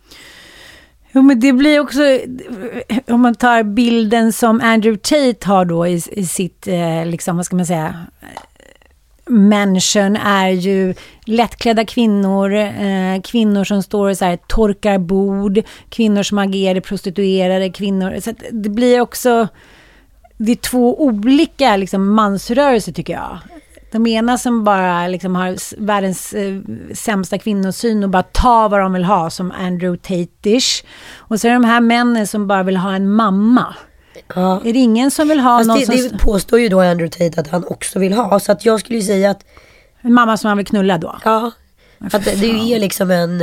Jo, men det blir också, om man tar bilden som Andrew Tate har då i sitt liksom, vad ska man säga, människan, är ju lättklädda kvinnor, kvinnor som står och så här, torkar bord, kvinnor som agerar prostituerade, kvinnor, så att det blir också, det är två olika liksom mansrörelser tycker jag. De ena som bara liksom har världens sämsta kvinnosyn och bara tar vad de vill ha, som Andrew Tate-ish, och så är de här männen som bara vill ha en mamma. Ja. Är det ingen som vill ha fast någon det påstår ju då Andrew Tate att han också vill ha, så att jag skulle ju säga att en mamma som han vill knulla då. Ja, att det är liksom en,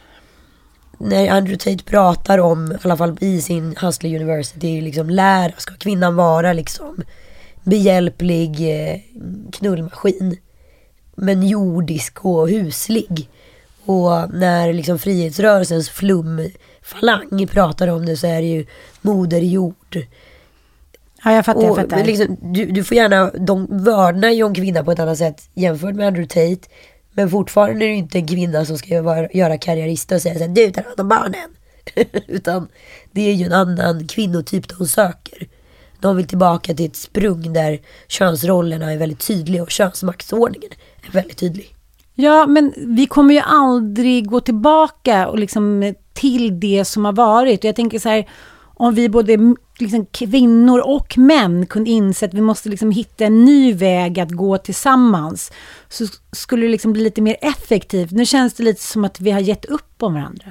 när Andrew Tate pratar om, i alla fall i sin Hustle University, liksom lära, ska kvinnan vara liksom behjälplig knullmaskin, men jordisk och huslig. Och när liksom frihetsrörelsens flumfalang pratar om det, så är det ju moder jord. Ja, jag fattar. Liksom, du får gärna, de vördnar ju om kvinna på ett annat sätt jämfört med Andrew Tate, men fortfarande är det inte en kvinna som ska göra karriärist och säga så här, du tar hand om barnen. Utan det är ju en annan kvinnotyp de söker. De vill tillbaka till ett sprung där könsrollerna är väldigt tydliga och könsmaktsordningen är väldigt tydlig. Ja, men vi kommer ju aldrig gå tillbaka och liksom till det som har varit. Och jag tänker så här, om vi både liksom kvinnor och män kunde inse att vi måste liksom hitta en ny väg att gå tillsammans, så skulle det liksom bli lite mer effektivt. Nu känns det lite som att vi har gett upp om varandra.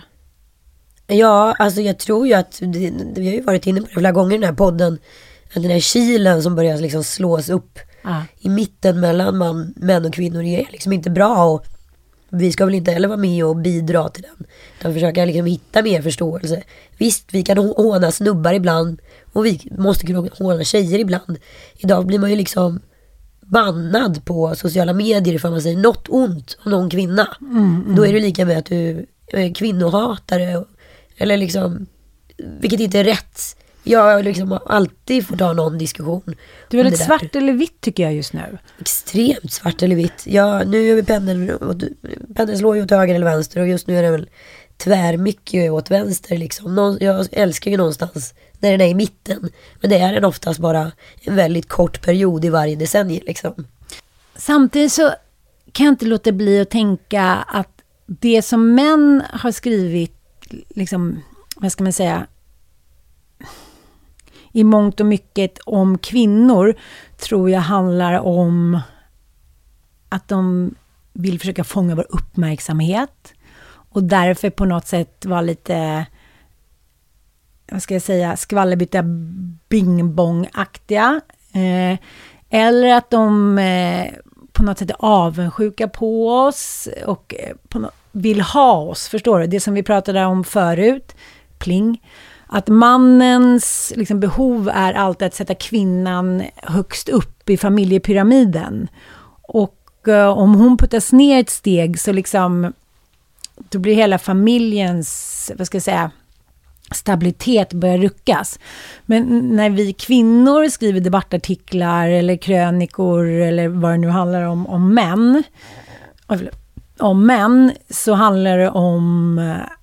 Ja, alltså jag tror ju att vi har ju varit inne på det flera gånger i den här podden, att den här kilen som börjar liksom slås upp i mitten mellan män och kvinnor är liksom inte bra, och vi ska väl inte heller vara med och bidra till den. Utan försöka liksom hitta mer förståelse. Visst, vi kan håna snubbar ibland. Och vi måste kunna håna tjejer ibland. Idag blir man ju liksom bannad på sociala medier för man säger något ont om någon kvinna. Då är det lika med att du är kvinnohatare. Eller liksom, vilket inte är rätt. Jag liksom alltid får ta någon diskussion. Du är lite svart eller vitt tycker jag just nu. Extremt svart eller vitt. Ja, nu är vi pendeln slår ju åt höger eller vänster. Och just nu är det väl tvärmycket åt vänster liksom. Jag älskar ju någonstans när den är i mitten. Men det är den oftast bara en väldigt kort period i varje decennium liksom. Samtidigt så kan jag inte låta bli att tänka att det som män har skrivit liksom, vad ska man säga, i mångt och mycket om kvinnor tror jag handlar om att de vill försöka fånga vår uppmärksamhet och därför på något sätt vara lite, vad ska jag säga, skvallerbytta bing-bong-aktiga. Eller att de på något sätt är avundsjuka på oss och vill ha oss, förstår du? Det som vi pratade om förut, pling. Att mannens liksom, behov är alltid att sätta kvinnan högst upp i familjepyramiden. Och om hon puttas ner ett steg så liksom, då blir hela familjens, vad ska jag säga, stabilitet börjar ruckas. Men när vi kvinnor skriver debattartiklar eller krönikor eller vad det nu handlar om män så handlar det om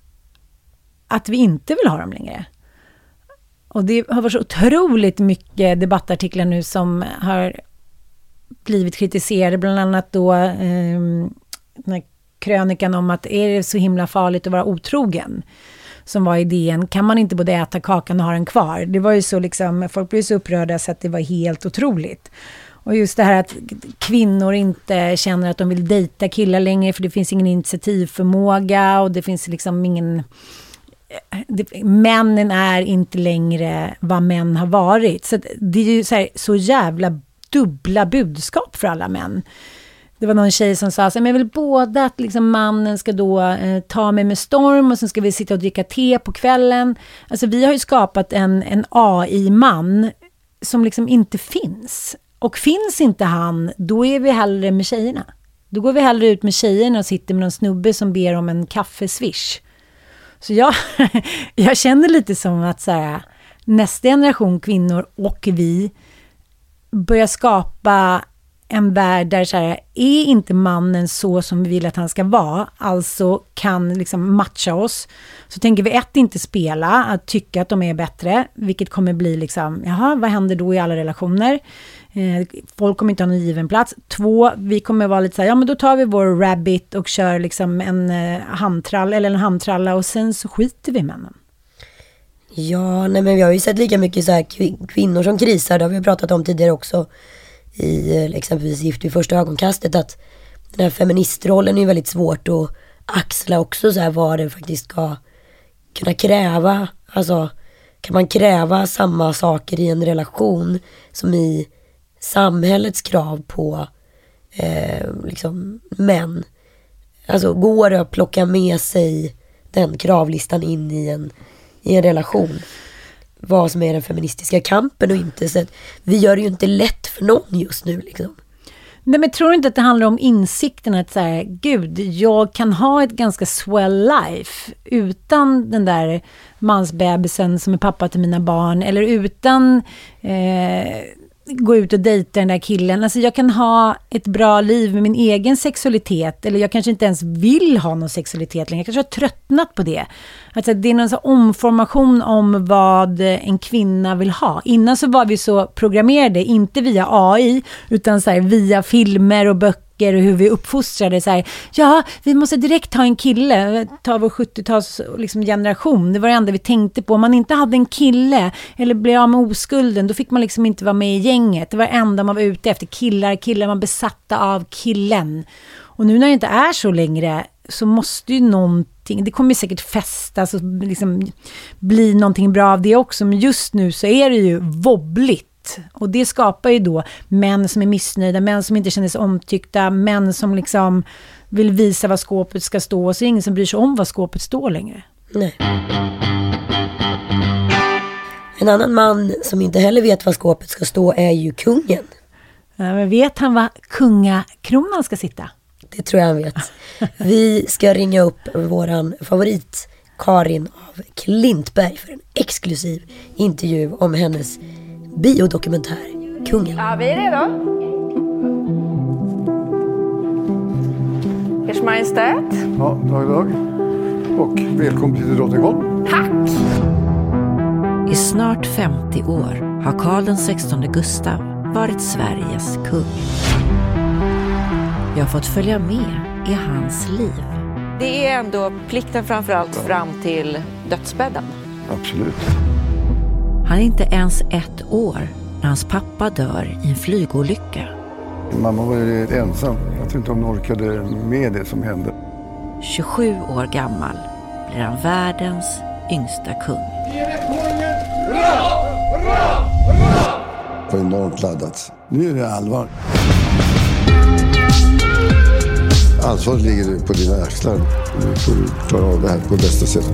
att vi inte vill ha dem längre. Och det har varit så otroligt mycket debattartiklar nu som har blivit kritiserade, bland annat då den här krönikan om att är det så himla farligt att vara otrogen, som var idén, kan man inte både äta kakan och ha den kvar? Det var ju så liksom, folk blev så upprörda så att det var helt otroligt. Och just det här att kvinnor inte känner att de vill dejta killar längre för det finns ingen initiativförmåga och det finns liksom ingen... männen är inte längre vad män har varit. Så det är ju så jävla dubbla budskap för alla män. Det var någon tjej som sa så men jag vill båda att liksom mannen ska då ta mig med storm och sen ska vi sitta och dricka te på kvällen. Alltså vi har ju skapat en AI-man som liksom inte finns. Och finns inte han, då är vi hellre med tjejerna. Då går vi hellre ut med tjejerna och sitter med någon snubbe som ber om en kaffeswish. Så jag känner lite som att så här, nästa generation kvinnor och vi börjar skapa en värld där så här, är inte mannen så som vi vill att han ska vara, alltså kan liksom matcha oss, så tänker vi inte spela, att tycka att de är bättre, vilket kommer bli liksom, jaha, vad händer då i alla relationer? Folk kommer inte ha någon given plats. 2, vi kommer vara lite så här, ja men då tar vi vår rabbit och kör liksom en handtrall eller en handtralla och sen så skiter vi männen. Ja, nej men vi har ju sett lika mycket så här kvinnor som krisar, det har vi pratat om tidigare också i exempelvis Gift vid första ögonkastet, att den här feministrollen är ju väldigt svårt att axla också, så här, vad det faktiskt ska kunna kräva. Alltså, kan man kräva samma saker i en relation som i samhällets krav på liksom män? Alltså, går det att plocka med sig den kravlistan in i en relation? Vad som är den feministiska kampen och inte. Så att vi gör det ju inte lätt för någon just nu liksom. Nej, men tror inte att det handlar om insikten att så här, gud, jag kan ha ett ganska swell life utan den där mansbebisen som är pappa till mina barn, eller utan gå ut och dejta den där killen. Alltså jag kan ha ett bra liv med min egen sexualitet, eller jag kanske inte ens vill ha någon sexualitet längre. Jag kanske har tröttnat på det. Alltså det är någon sån omformation om vad en kvinna vill ha. Innan så var vi så programmerade, inte via AI, utan så här, via filmer och böcker och hur vi uppfostrade så här, ja, vi måste direkt ha en kille, ta vår 70-tals liksom generation. Det var det enda vi tänkte på. Om man inte hade en kille eller blev av med oskulden, då fick man liksom inte vara med i gänget. Det var det enda man var ute efter, killar, man besatta av killen. Och nu när det inte är så längre så måste ju någonting, det kommer säkert festas och liksom bli någonting bra av det också, men just nu så är det ju wobbligt. Och det skapar ju då män som är missnöjda, män som inte känner sig omtyckta, män som liksom vill visa vad skåpet ska stå och så är det ingen som bryr sig om vad skåpet står längre. Nej. En annan man som inte heller vet vad skåpet ska stå är ju kungen. Ja, men vet han vad kungakronan ska sitta? Det tror jag han vet. Vi ska ringa upp våran favorit Karin av Klintberg för en exklusiv intervju om hennes biodokumentär Kungen. Ja, vi är redo. Ers Majestät. Ja, dag. Och välkommen till Drottningholm. Tack! I snart 50 år har Carl den 16 Gustav varit Sveriges kung. Jag har fått följa med i hans liv. Det är ändå plikten framförallt fram till dödsbädden. Absolut. Han är inte ens 1 år när hans pappa dör i en flygolycka. Mamma var ju ensam. Jag tror inte hon orkade med det som hände. 27 år gammal blir han världens yngsta kung. Det var enormt laddat. Nu är det allvar. Ansvaret ligger på dina axlar. Nu får du klara av det här på bästa sätt.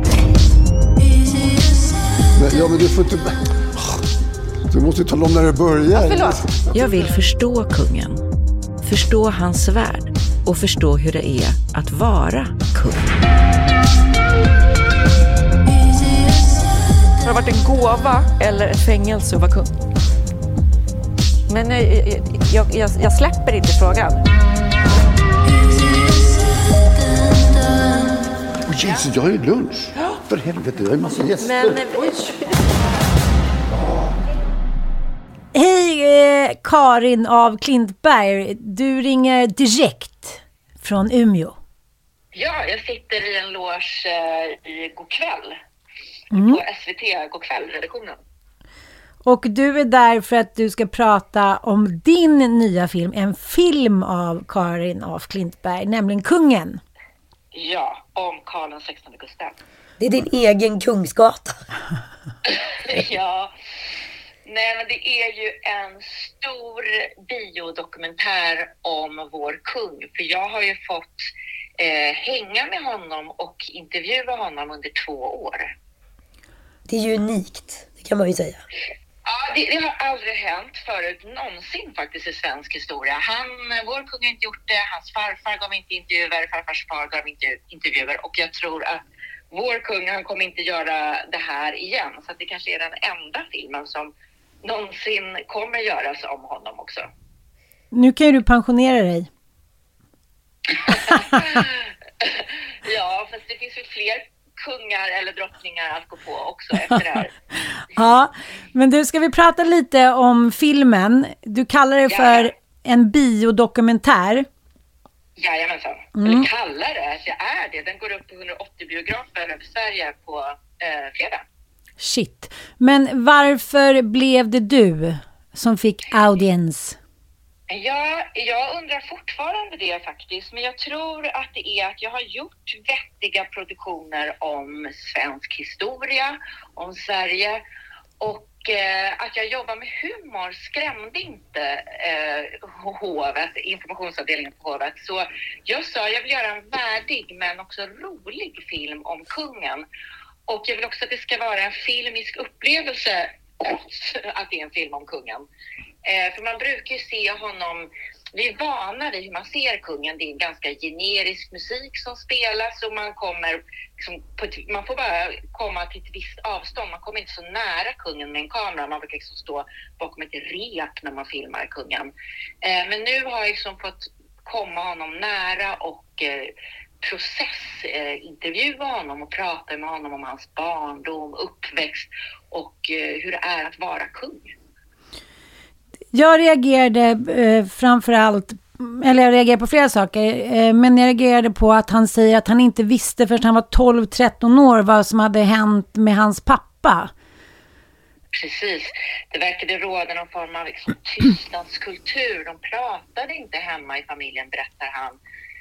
Men du får inte... Du måste tala om när det börjar. Jag vill förstå kungen. Förstå hans värld. Och förstå hur det är att vara kung. Har det varit en gåva eller ett fängelse att vara kung? Men jag släpper inte frågan. Jesus, jag har ju lunch. För helvete, jag har ju massa gäster. Hej Karin av Klintberg. Du ringer direkt från Umeå. Ja, jag sitter i en loge i Go'kväll. På SVT Go'kväll-redaktionen. Och du är där för att du ska prata om din nya film. En film av Karin af Klintberg, nämligen Kungen. Ja, om Carl den 16 Gustav. Det är din egen kungsgata. Ja. Nej, men det är ju en stor biodokumentär om vår kung. För jag har ju fått hänga med honom och intervjua honom under 2 år. Det är ju unikt, det kan man ju säga. Ja, det har aldrig hänt förut någonsin faktiskt i svensk historia. Vår kung har inte gjort det, hans farfar gav inte intervjuer, farfars far gav inte intervjuer. Och jag tror att vår kung, han kommer inte göra det här igen. Så att det kanske är den enda filmen som någonsin kommer göras om honom också. Nu kan ju du pensionera dig. Ja, fast det finns ju fler kungar eller drottningar att gå på också efter det här. Ja, men du, ska vi prata lite om filmen? Du kallar det för en biodokumentär. Jajamensan. Eller kallar det är det. Den går upp på 180 biografer över Sverige på fredag. Shit. Men varför blev det du som fick audiens? Ja, jag undrar fortfarande det faktiskt. Men jag tror att det är att jag har gjort vettiga produktioner om svensk historia, om Sverige. Och att jag jobbar med humor skrämde inte hovet, informationsavdelningen på hovet. Så jag sa jag vill göra en värdig men också rolig film om kungen. Och jag vill också att det ska vara en filmisk upplevelse att det är en film om kungen. För man brukar ju se honom, vi är vana vid hur man ser kungen. Det är en ganska generisk musik som spelas och man kommer liksom man får bara komma till ett visst avstånd. Man kommer inte så nära kungen med en kamera. Man brukar liksom stå bakom ett rep när man filmar kungen. Men nu har jag liksom fått komma honom nära och processintervjua honom och prata med honom om hans barndom, uppväxt och hur det är att vara kung. Jag reagerade framförallt, eller jag reagerade på flera saker, men jag reagerade på att han säger att han inte visste förrän han var 12-13 år vad som hade hänt med hans pappa. Precis. Det verkade råda någon form av liksom tystnadskultur. De pratade inte hemma i familjen, berättar han.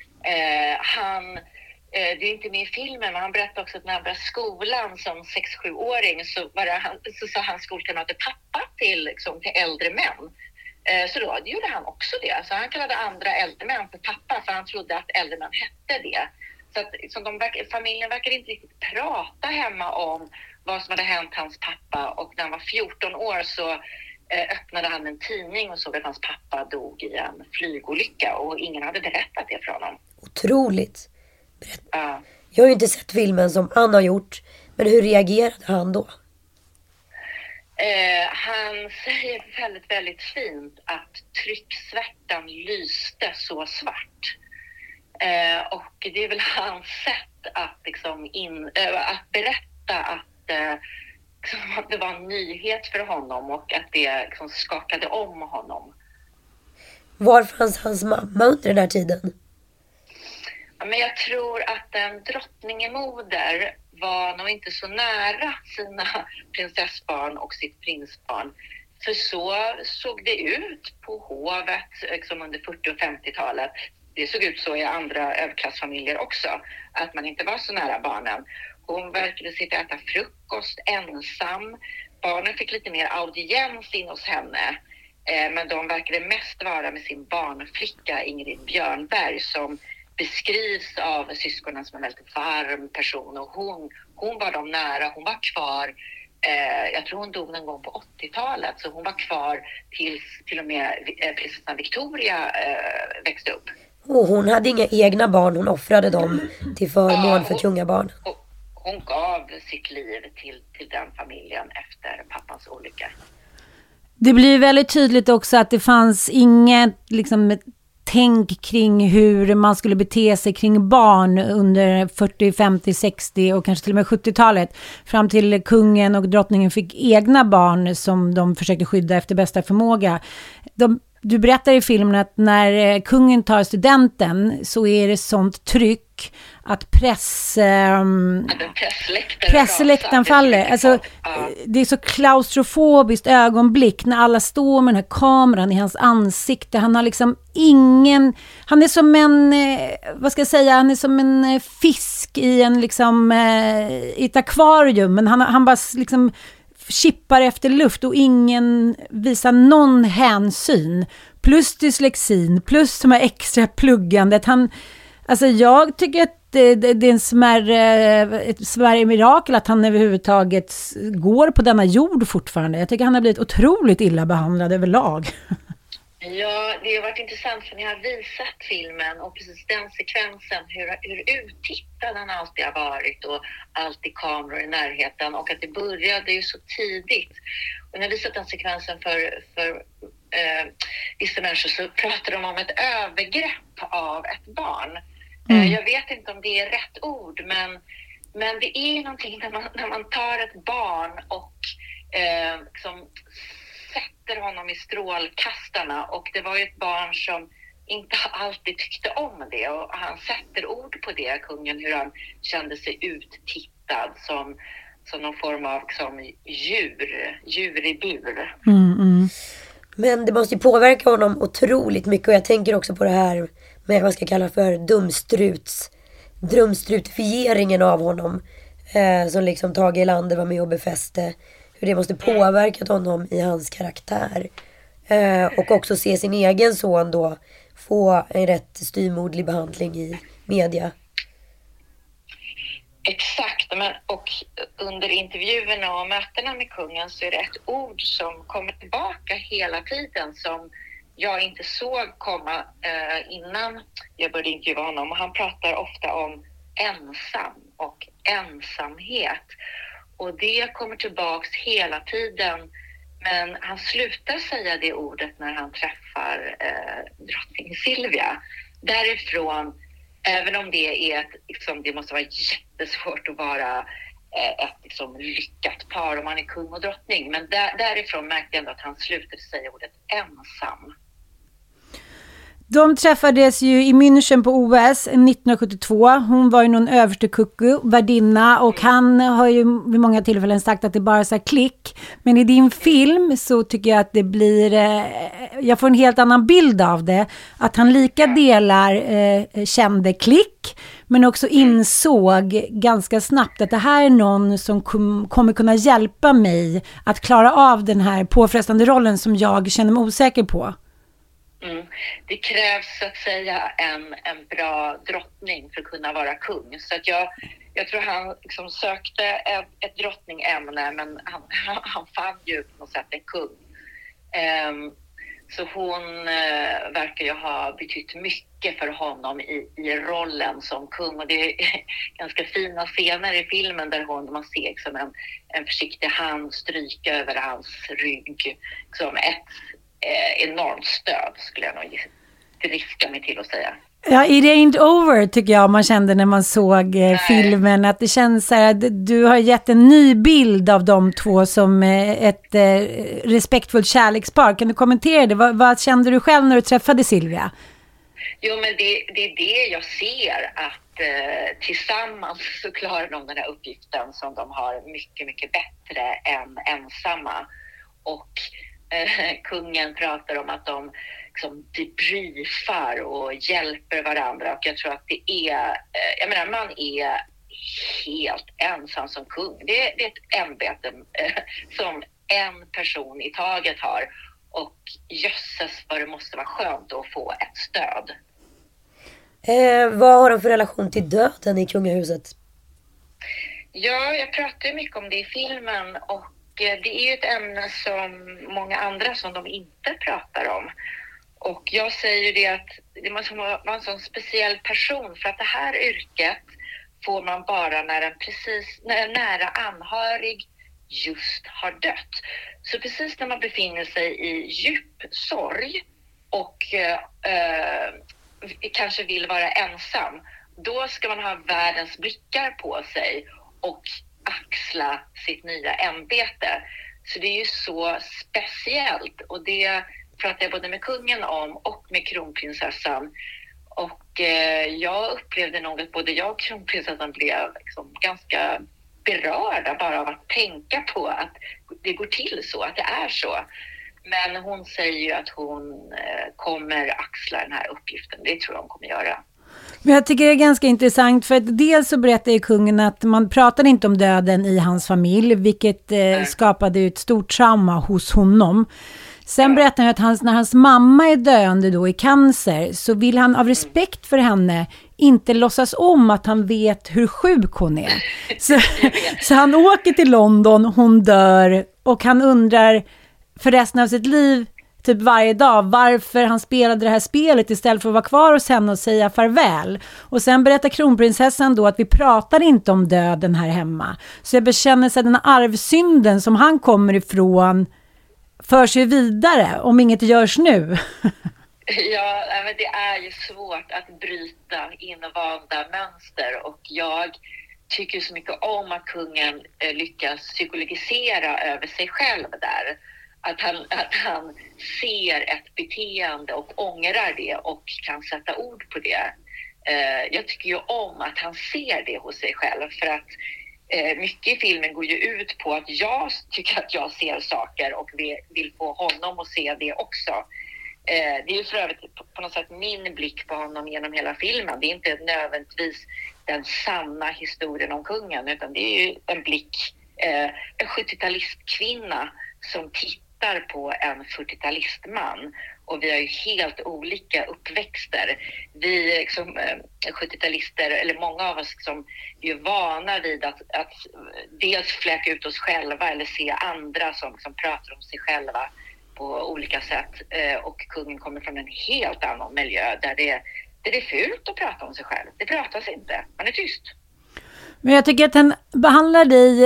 Det är inte med i filmen, men han berättade också att när han började skolan som 6-7-åring så sa hans skolkamrater pappa till äldre män. Så då gjorde han också det. Så han kallade andra äldre män för pappa, för han trodde att äldre män hette det. Så att, familjen verkar inte riktigt prata hemma om vad som hade hänt hans pappa. Och när han var 14 år så öppnade han en tidning och såg att hans pappa dog i en flygolycka. Och ingen hade berättat det för honom. Otroligt. Jag har ju inte sett filmen som han har gjort. Men hur reagerade han då? Han säger väldigt, väldigt fint att trycksvärtan lyste så svart. Och det är väl hans sätt att, liksom att berätta att det var en nyhet för honom och att det liksom skakade om honom. Var fanns hans mamma under den här tiden? Ja, men jag tror att en drottningemoder var nog inte så nära sina prinsessbarn och sitt prinsbarn. För så såg det ut på hovet liksom under 40- och 50-talet. Det såg ut så i andra överklassfamiljer också, att man inte var så nära barnen. Hon verkade sitta och äta frukost ensam. Barnen fick lite mer audiens in hos henne. Men de verkade mest vara med sin barnflicka Ingrid Björnberg, som beskrivs av syskonen som en väldigt varm person. Och hon var dem nära. Hon var kvar. Jag tror hon dog en gång på 80-talet. Så hon var kvar tills till och med prinsessan Victoria växte upp. Och hon hade inga egna barn. Hon offrade dem till förmån för kungabarn. Hon gav sitt liv till den familjen efter pappans olycka. Det blir väldigt tydligt också att det fanns inget liksom tänk kring hur man skulle bete sig kring barn under 40, 50, 60 och kanske till och med 70-talet. Fram till kungen och drottningen fick egna barn som de försökte skydda efter bästa förmåga. Du berättar i filmen att när kungen tar studenten så är det sånt tryck att pressläktaren faller. Alltså, det är så klaustrofobiskt ögonblick när alla står med den här kameran i hans ansikte. Han har liksom han är som han är som en fisk i en liksom i ett akvarium, men han bara liksom chippar efter luft och ingen visar någon hänsyn. Plus dyslexin, plus de här extra pluggandet. Alltså jag tycker att det är ett smärre mirakel att han överhuvudtaget går på denna jord fortfarande. Jag tycker han har blivit otroligt illa behandlad överlag. Ja, det har varit intressant för ni har visat filmen och precis den sekvensen, hur uttittad han alltid har varit och alltid kameror i närheten, och att det började ju så tidigt. Och när jag visat den sekvensen för vissa människor så pratar de om ett övergrepp av ett barn. Jag vet inte om det är rätt ord, men det är någonting när man tar ett barn och liksom sätter honom i strålkastarna, och det var ju ett barn som inte alltid tyckte om det, och han sätter ord på det, kungen, hur han kände sig uttittad som någon form av liksom, djur i bur. Men det måste ju påverka honom otroligt mycket, och jag tänker också på det här med vad jag ska kalla för drömstrutifieringen av honom, som liksom Tage Erlander var med och befäste. Hur det måste påverkat honom i hans karaktär. Och också se sin egen son då få en rätt styrmodlig behandling i media. Exakt, och under intervjuerna och mötena med kungen så är det ett ord som kommer tillbaka hela tiden som jag inte såg komma innan jag började intervjua honom. Och han pratar ofta om ensam och ensamhet. Och det kommer tillbaks hela tiden, men han slutar säga det ordet när han träffar drottning Silvia. Därifrån, även om det är det måste vara jättesvårt att vara ett liksom, lyckat par om man är kung och drottning, men därifrån märkte jag ändå att han slutade säga ordet ensam. De träffades ju i München på OS 1972. Hon var ju någon överste kucku, värdinna, och han har ju vid många tillfällen sagt att det bara är så här klick. Men i din film så tycker jag att det blir, jag får en helt annan bild av det. Att han lika delar kände klick, men också insåg ganska snabbt att det här är någon som kommer kunna hjälpa mig att klara av den här påfrestande rollen som jag känner mig osäker på. Det krävs så att säga en bra drottning för att kunna vara kung. Så att jag tror han liksom sökte ett drottningämne, men han fann ju på något sätt en kung. Så hon verkar ju ha betytt mycket för honom i rollen som kung. Och det är ganska fina scener i filmen där man ser liksom en försiktig hand stryka över hans rygg. Som ett enormt stöd, skulle jag nog drista mig till att säga. Ja, It Ain't Over tycker jag man kände när man såg filmen, att det känns så här att du har gett en ny bild av de två som ett respektfullt kärlekspar. Kan du kommentera det? Vad kände du själv när du träffade Silvia? Jo, men det är det jag ser, att tillsammans så klarar de den här uppgiften som de har mycket, mycket bättre än ensamma. Och kungen pratar om att de liksom debriefar och hjälper varandra, och jag tror att det är, jag menar, man är helt ensam som kung. Det är ett ämbete som en person i taget har, och jösses vad det måste vara skönt att få ett stöd. Vad har de för relation till döden i kungahuset? Ja, jag pratar ju mycket om det i filmen, och det är ju ett ämne som många andra som de inte pratar om. Och jag säger ju det att det måste vara en sån speciell person, för att det här yrket får man bara när en nära anhörig just har dött. Så precis när man befinner sig i djup sorg och kanske vill vara ensam, då ska man ha världens blickar på sig och axla sitt nya ämbete. Så det är ju så speciellt, och det pratar jag både med kungen om och med kronprinsessan. Och jag upplevde nog att både jag och kronprinsessan blev liksom ganska berörda bara av att tänka på att det går till så, att det är så. Men hon säger ju att hon kommer axla den här uppgiften. Det tror jag hon kommer göra. Men jag tycker det är ganska intressant, för att dels så berättar ju kungen att man pratade inte om döden i hans familj, vilket skapade ett stort trauma hos honom. Sen berättar han att när hans mamma är döende då i cancer, så vill han av respekt för henne inte låtsas om att han vet hur sjuk hon är. Så han åker till London, hon dör, och han undrar för resten av sitt liv, typ varje dag, varför han spelade det här spelet istället för att vara kvar hos henne och säga farväl. Och sen berättar kronprinsessan då att vi pratar inte om döden här hemma. Så jag bekänner sig den arvsynden som han kommer ifrån för sig vidare om inget görs nu. Ja, men det är ju svårt att bryta invanda mönster, och jag tycker så mycket om att kungen lyckas psykologisera över sig själv där. Att han ser ett beteende och ångrar det och kan sätta ord på det. Jag tycker ju om att han ser det hos sig själv, för att mycket i filmen går ju ut på att jag tycker att jag ser saker och vill få honom att se det också. Det är ju för övrigt på något sätt min blick på honom genom hela filmen. Det är inte nödvändigtvis den sanna historien om kungen, utan det är ju en blick, en 70-talistkvinna som tittar på en 40-talistman. Och vi har ju helt olika uppväxter. Vi liksom 70-talister, eller många av oss som är ju vana vid att dels fläka ut oss själva eller se andra som pratar om sig själva på olika sätt. Och kungen kommer från en helt annan miljö där det är fult att prata om sig själv. Det pratas inte, man är tyst. Men jag tycker att han behandlar dig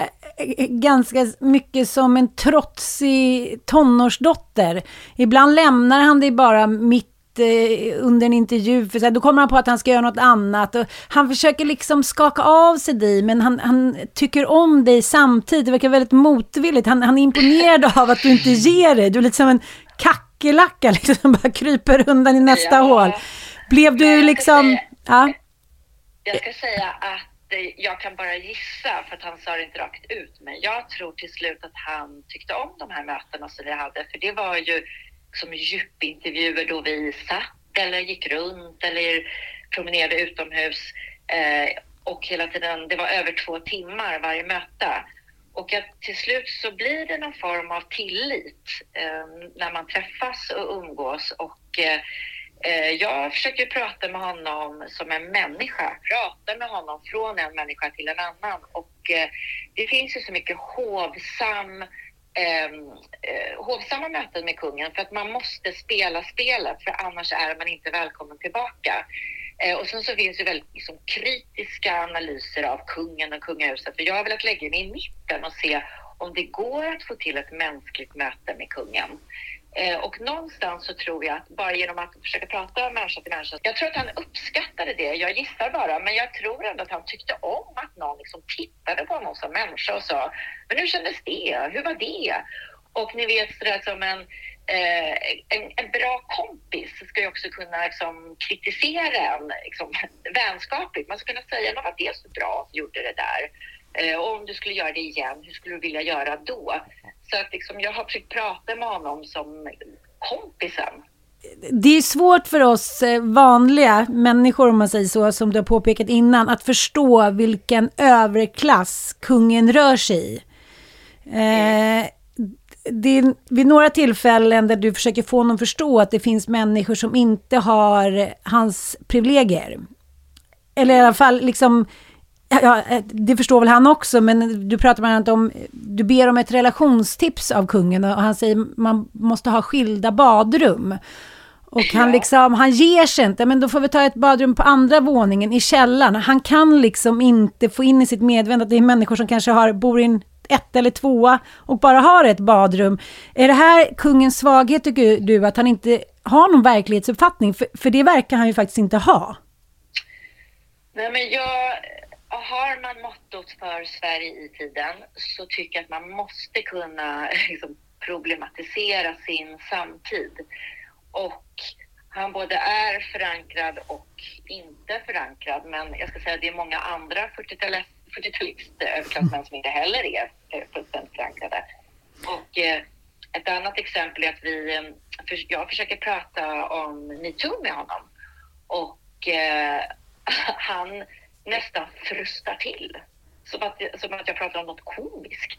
ganska mycket som en trotsig tonårsdotter. Ibland lämnar han dig bara mitt under en intervju, för så här, då kommer han på att han ska göra något annat, och han försöker liksom skaka av sig dig, men han tycker om dig samtidigt. Det verkar väldigt motvilligt. Han är imponerad av att du inte ger dig. Du är lite som en kackla kackerlacka liksom, bara kryper undan i nästa hål. Blev du liksom... Jag ska säga att jag kan bara gissa, för att han sa det inte rakt ut, men jag tror till slut att han tyckte om de här mötena som vi hade, för det var ju som djupintervjuer då vi satt eller gick runt eller promenerade utomhus och hela tiden, det var över 2 timmar varje möte. Och att till slut så blir det någon form av tillit när man träffas och umgås, och jag försöker prata med honom som en människa, prata med honom från en människa till en annan, och det finns ju så mycket hovsamma möten med kungen, för att man måste spela spelet, för annars är man inte välkommen tillbaka. Och sen så finns det väldigt liksom kritiska analyser av kungen och kungahuset, för jag har velat lägga mig i mitten och se om det går att få till ett mänskligt möte med kungen. Och någonstans så tror jag att bara genom att försöka prata människa till människa, jag tror att han uppskattade det, jag gissar bara, men jag tror ändå att han tyckte om att någon liksom tittade på honom som människa och sa, men hur kändes det? Hur var det? Och ni vet, sådär som en bra kompis ska ju också kunna liksom kritisera en liksom, vänskapligt. Man ska kunna säga, vad var det så bra att du gjorde det där? Och om du skulle göra det igen, hur skulle du vilja göra då? Så att liksom, jag har försökt prata med honom som kompisen. Det är svårt för oss vanliga människor, om man säger så, som du har påpekat innan, att förstå vilken överklass kungen rör sig i. Det är vid några tillfällen där du försöker få honom att förstå att det finns människor som inte har hans privilegier. Eller i alla fall liksom, ja, det förstår väl han också, men du pratar bland annat om, du ber om ett relationstips av kungen, och han säger man måste ha skilda badrum. Och han ger sig inte, men då får vi ta ett badrum på andra våningen i källaren. Han kan liksom inte få in i sitt medvetande att det är människor som kanske bor i en 1 eller 2 och bara har ett badrum. Är det här kungens svaghet, tycker du, att han inte har någon verklighetsuppfattning? För det verkar han ju faktiskt inte ha. Nej, men har man mottot för Sverige i tiden, så tycker jag att man måste kunna liksom problematisera sin samtid. Och han både är förankrad och inte förankrad, men jag ska säga att det är många andra 40-talister som inte heller är fullständigt förankrade. Och ett annat exempel är att jag försöker prata om MeToo med honom, och han nästan frustar till. Som att jag pratar om något komiskt.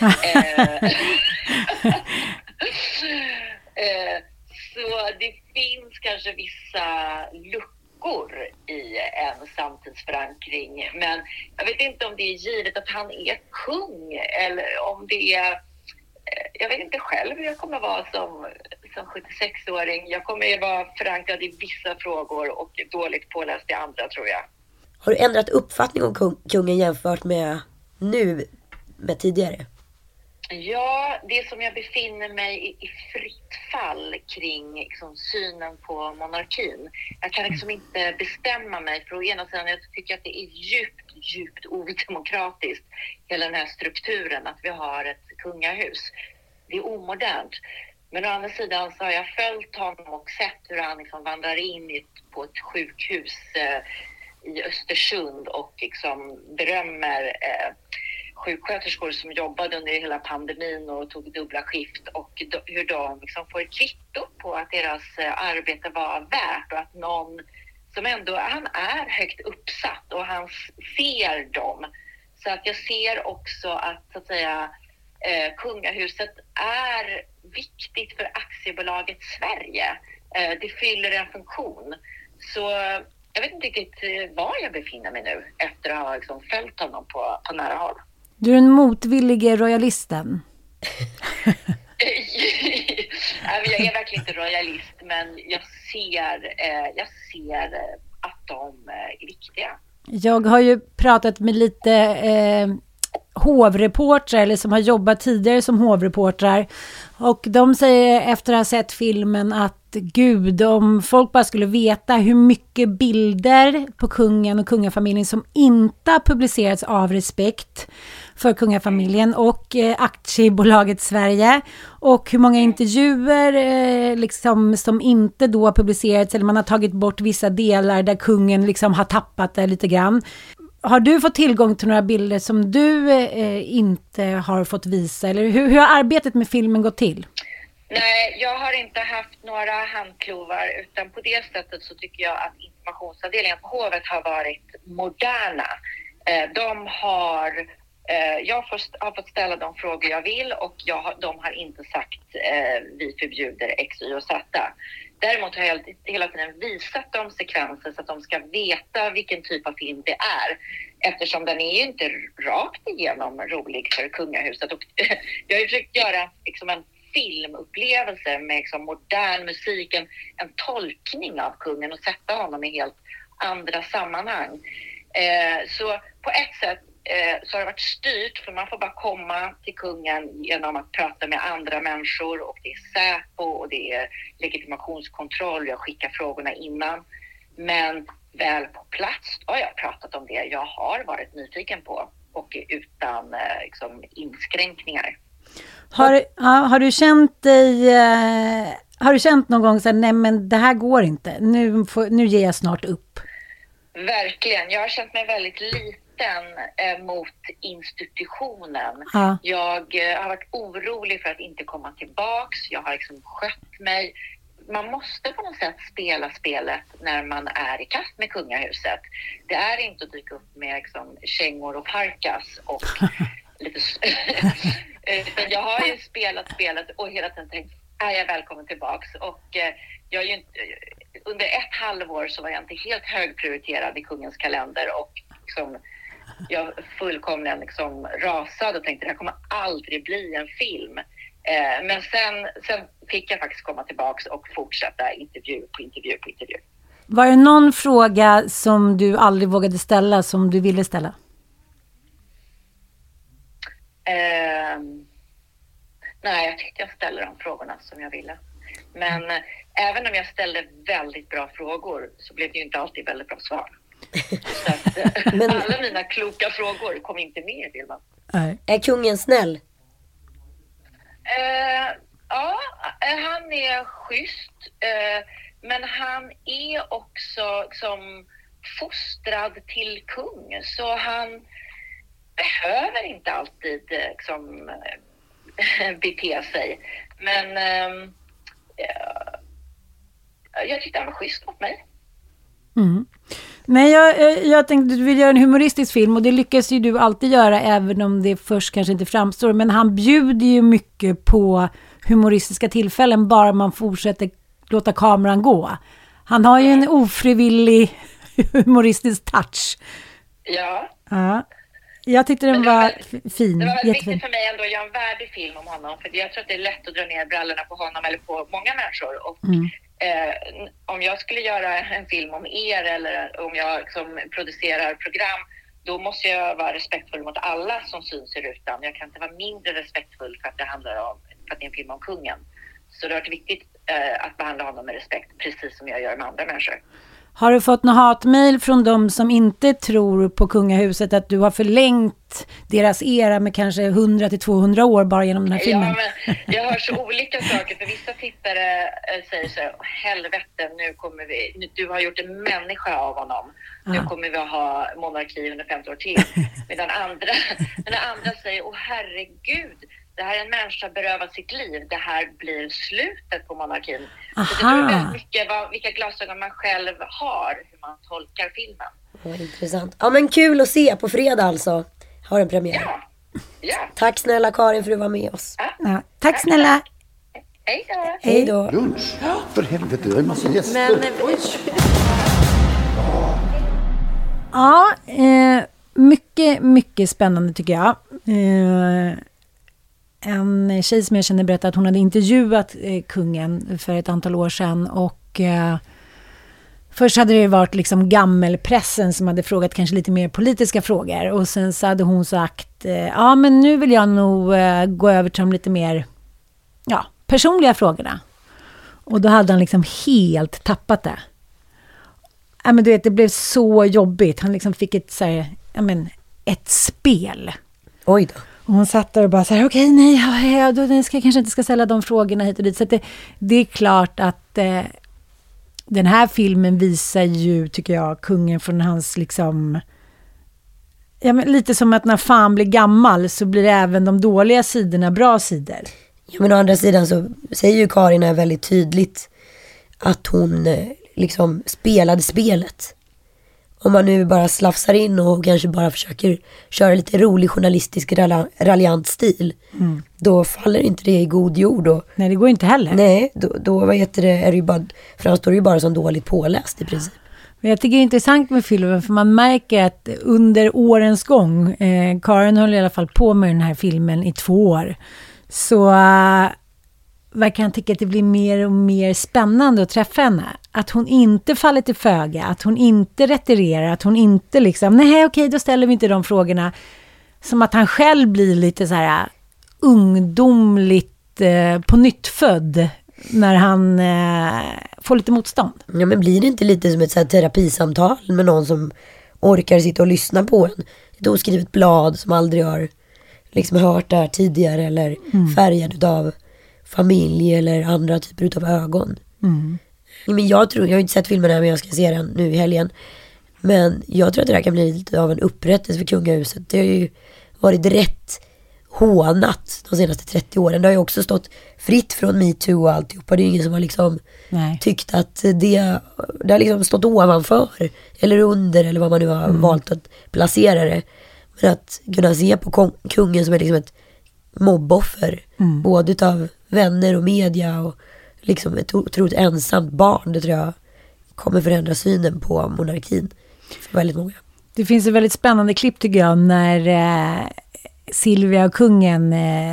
Så det finns kanske vissa luckor i en samtidsförankring. Men jag vet inte om det är givet att han är kung, eller om det är... Jag vet inte själv hur jag kommer vara som 76-åring. Jag kommer vara förankrad i vissa frågor och dåligt påläst i andra, tror jag. Har du ändrat uppfattning om kungen jämfört med nu, med tidigare? Ja, det som jag befinner mig i fritt fall kring liksom, synen på monarkin. Jag kan liksom inte bestämma mig, för å ena sidan jag tycker att det är djupt odemokratiskt, hela den här strukturen att vi har ett kungahus. Det är omodernt. Men å andra sidan så har jag följt honom och sett hur han liksom vandrar in på ett sjukhus i Östersund och liksom berömmer sjuksköterskor som jobbade under hela pandemin och tog dubbla skift, och hur de liksom får ett kvitto på att deras arbete var värt, och att någon som ändå, han är högt uppsatt och han ser dem. Så att jag ser också att, så att säga, kungahuset är viktigt för aktiebolaget Sverige. Det fyller en funktion. Så jag vet inte riktigt var jag befinner mig nu efter att ha liksom följt honom på nära håll. Du är den motvillige royalisten. Jag är verkligen inte royalist, men jag ser att de är viktiga. Jag har ju pratat med lite hovreportrar, eller som har jobbat tidigare som hovreportrar, och de säger efter att ha sett filmen att gud, om folk bara skulle veta hur mycket bilder på kungen och kungafamiljen som inte har publicerats av respekt för kungafamiljen och aktiebolaget Sverige, och hur många intervjuer liksom, som inte då har publicerats, eller man har tagit bort vissa delar där kungen liksom har tappat det lite grann. Har du fått tillgång till några bilder som du inte har fått visa, eller hur har arbetet med filmen gått till? Nej, jag har inte haft några handklovar, utan på det sättet så tycker jag att informationsavdelningen på hovet har varit moderna. Jag har fått ställa de frågor jag vill, och de har inte sagt vi förbjuder X, Y och Z. Däremot har jag hela tiden visat dem sekvenser så att de ska veta vilken typ av film det är. Eftersom den är ju inte rakt igenom rolig för kungahuset. Och jag har försökt göra liksom en filmupplevelse med liksom modern musik, en tolkning av kungen och sätta honom i helt andra sammanhang. Så på ett sätt så har det varit styrt, för man får bara komma till kungen genom att prata med andra människor, och det är Säpo och det är legitimationskontroll, jag skickar frågorna innan. Men väl på plats har jag pratat om det jag har varit nyfiken på, och utan liksom, inskränkningar. Har du känt någon gång så här, nej men det här går inte, nu ger jag snart upp? Verkligen, jag har känt mig väldigt liten mot institutionen. Jag har varit orolig för att inte komma tillbaks, jag har liksom skött mig. Man måste på något sätt spela spelet när man är i kast med kungahuset. Det är inte att dyka upp med liksom, kängor och parkas och lite... Jag har ju spelat spelet och hela tiden tänkt, är jag välkommen tillbaks? Och jag är ju inte, under ett halvår så var jag inte helt högprioriterad i kungens kalender, och liksom, jag fullkomligen liksom rasade och tänkte det här kommer aldrig bli en film. Men sen fick jag faktiskt komma tillbaks och fortsätta intervju på intervju. Var det någon fråga som du aldrig vågade ställa som du ville ställa? Nej, jag tyckte jag ställde de frågorna som jag ville. Men även om jag ställde väldigt bra frågor så blev det ju inte alltid väldigt bra svar. Så att, alla mina kloka frågor kom inte med i filmen. Är kungen snäll? Ja, han är schysst. Men han är också som fostrad till kung. Så han behöver inte alltid liksom, bete sig. Men jag tyckte han var schysst mot mig. Mm. Nej, jag tänkte att du vill göra en humoristisk film, och det lyckas ju du alltid göra, även om det först kanske inte framstår. Men han bjuder ju mycket på humoristiska tillfällen, bara man fortsätter låta kameran gå. Han har ju en ofrivillig humoristisk touch. Ja. Jag tyckte den var fin. Det var väldigt viktigt för mig ändå att göra en värdig film om honom. För jag tror att det är lätt att dra ner brallorna på honom eller på många människor. Och om jag skulle göra en film om er, eller om jag liksom producerar program, då måste jag vara respektfull mot alla som syns i rutan. Jag kan inte vara mindre respektfull för att det handlar om, för att det är en film om kungen. Så det har varit viktigt att behandla honom med respekt, precis som jag gör med andra människor. Har du fått något hatmejl från de som inte tror på kungahuset, att du har förlängt deras era med kanske 100-200 år bara genom den här filmen? Ja, men jag hör så olika saker. För vissa tittare säger så här, helvete, du har gjort en människa av honom. Nu kommer vi att ha monarki under 50 år till. Medan andra säger, herregud, det här är en människa berövad sitt liv. Det här blir slutet på monarkin. Så det beror väldigt mycket vilka glasögon man själv har, hur man tolkar filmen. Ja, intressant. Ja, men kul att se på fredag alltså. Har en premiär. Ja. Tack snälla Karin för att du var med oss. Ja. Tack snälla. Hej då. Hej då. Lunch? För helvete, det är en massa gäster. Ja, mycket, mycket spännande tycker jag. En tjej som jag känner berättade att hon hade intervjuat kungen för ett antal år sedan, och först hade det varit liksom gammelpressen som hade frågat kanske lite mer politiska frågor, och sen så hade hon sagt ja men nu vill jag nog gå över till de lite mer personliga frågorna. Och då hade han liksom helt tappat det. Ja, men du vet, det blev så jobbigt. Han liksom fick ett, så här, ett spel. Oj då. Och hon satt där och bara så här, okej, nej, då kanske inte ska ställa de frågorna hit och dit. Så att det är klart att den här filmen visar ju, tycker jag, kungen från hans liksom... Ja, men lite som att när fan blir gammal så blir även de dåliga sidorna bra sidor. Ja, men å andra sidan så säger ju Karin här väldigt tydligt att hon liksom spelade spelet. Om man nu bara slafsar in och kanske bara försöker köra lite rolig journalistisk raljant stil, då faller inte det i god jord. Nej, det går inte heller. Nej, då vad heter det, är det ju bara, framstår det ju bara som dåligt påläst i princip. Men jag tycker det är intressant med filmen, för man märker att under årens gång, Karin höll i alla fall på med den här filmen i 2 år, så verkar han tycka att det blir mer och mer spännande att träffa henne. Att hon inte faller till föga, att hon inte retirerar, att hon inte liksom, nej okej, då ställer vi inte de frågorna. Som att han själv blir lite så här ungdomligt på nytt född när han får lite motstånd. Ja, men blir det inte lite som ett så här terapisamtal med någon som orkar sitta och lyssna på en? Ett oskrivet blad som aldrig har liksom hört det här tidigare, eller färgad av familj eller andra typer av ögon. Men jag har inte sett filmen här, men jag ska se den nu i helgen. Men jag tror att det här kan bli lite av en upprättelse för kungahuset. Det har ju varit rätt hånat de senaste 30 åren. Det har ju också stått fritt från MeToo och alltihopa. Det är ingen som har liksom tyckt att det har liksom stått ovanför eller under, eller vad man nu har valt att placera det. Men att kunna se på kungen som är liksom ett mobboffer, både utav vänner och media och liksom ett otroligt ensamt barn, det tror jag kommer förändra synen på monarkin för väldigt många. Det finns ett väldigt spännande klipp, tycker jag, när Silvia och kungen,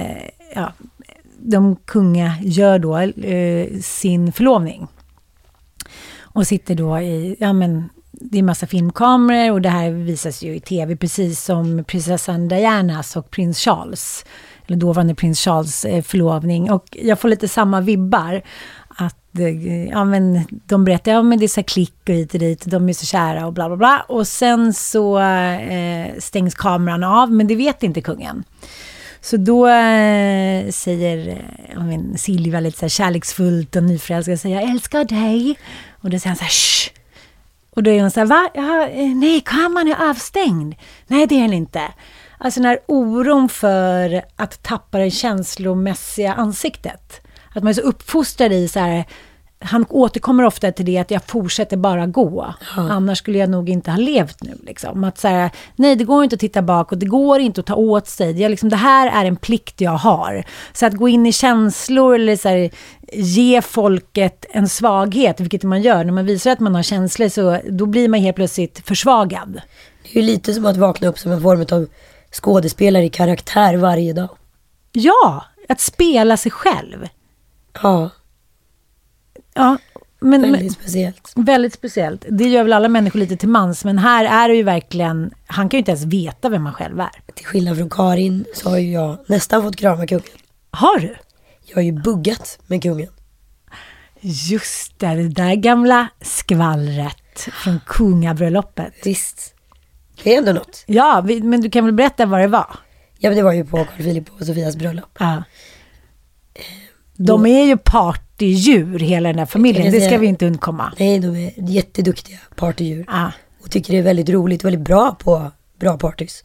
de kunga gör då sin förlovning. Och sitter då i, det är massa filmkameror, och det här visas ju i tv, precis som prinsessan Dianas och prins Charles, eller dåvarande prins Charles förlovning. Och jag får lite samma vibbar, att de berättar, men det är så klick och hit och dit, de är så kära och bla bla bla. Och sen så stängs kameran av, men det vet inte kungen. Så då säger Silvia lite så här kärleksfullt och nyförälskad, säger jag älskar dig. Och då säger han så här, shh. Och då är hon så här, va? Ja, nej, kameran är avstängd. Nej, det är den inte. Alltså den här oron för att tappa det känslomässiga ansiktet. Att man är så uppfostrad i så här, han återkommer ofta till det, att jag fortsätter bara gå. Annars skulle jag nog inte ha levt nu. Liksom. Att så här, nej, det går inte att titta bakåt, det går inte att ta åt sig. Det här är en plikt jag har. Så att gå in i känslor eller så här, ge folket en svaghet, vilket man gör. När man visar att man har känslor, så då blir man helt plötsligt försvagad. Det är ju lite som att vakna upp som en form av skådespelare i karaktär varje dag. Ja, att spela sig själv. Ja, men väldigt speciellt. Väldigt speciellt. Det gör väl alla människor lite till mans, men här är det ju verkligen, han kan ju inte ens veta vem man själv är. Till skillnad från Karin så har ju jag nästan fått krama kungen. Har du? Jag har ju buggat med kungen. Just det där gamla skvallret från kungabröllopet. Visst. Det är ändå något. Ja, men du kan väl berätta vad det var? Ja, men det var ju på Carl Philip och Sofias bröllop. Ja. De är ju partydjur, hela den här familjen. Det ska vi inte undkomma. Nej, de är jätteduktiga partydjur. Och tycker det är väldigt roligt och väldigt bra på bra partys.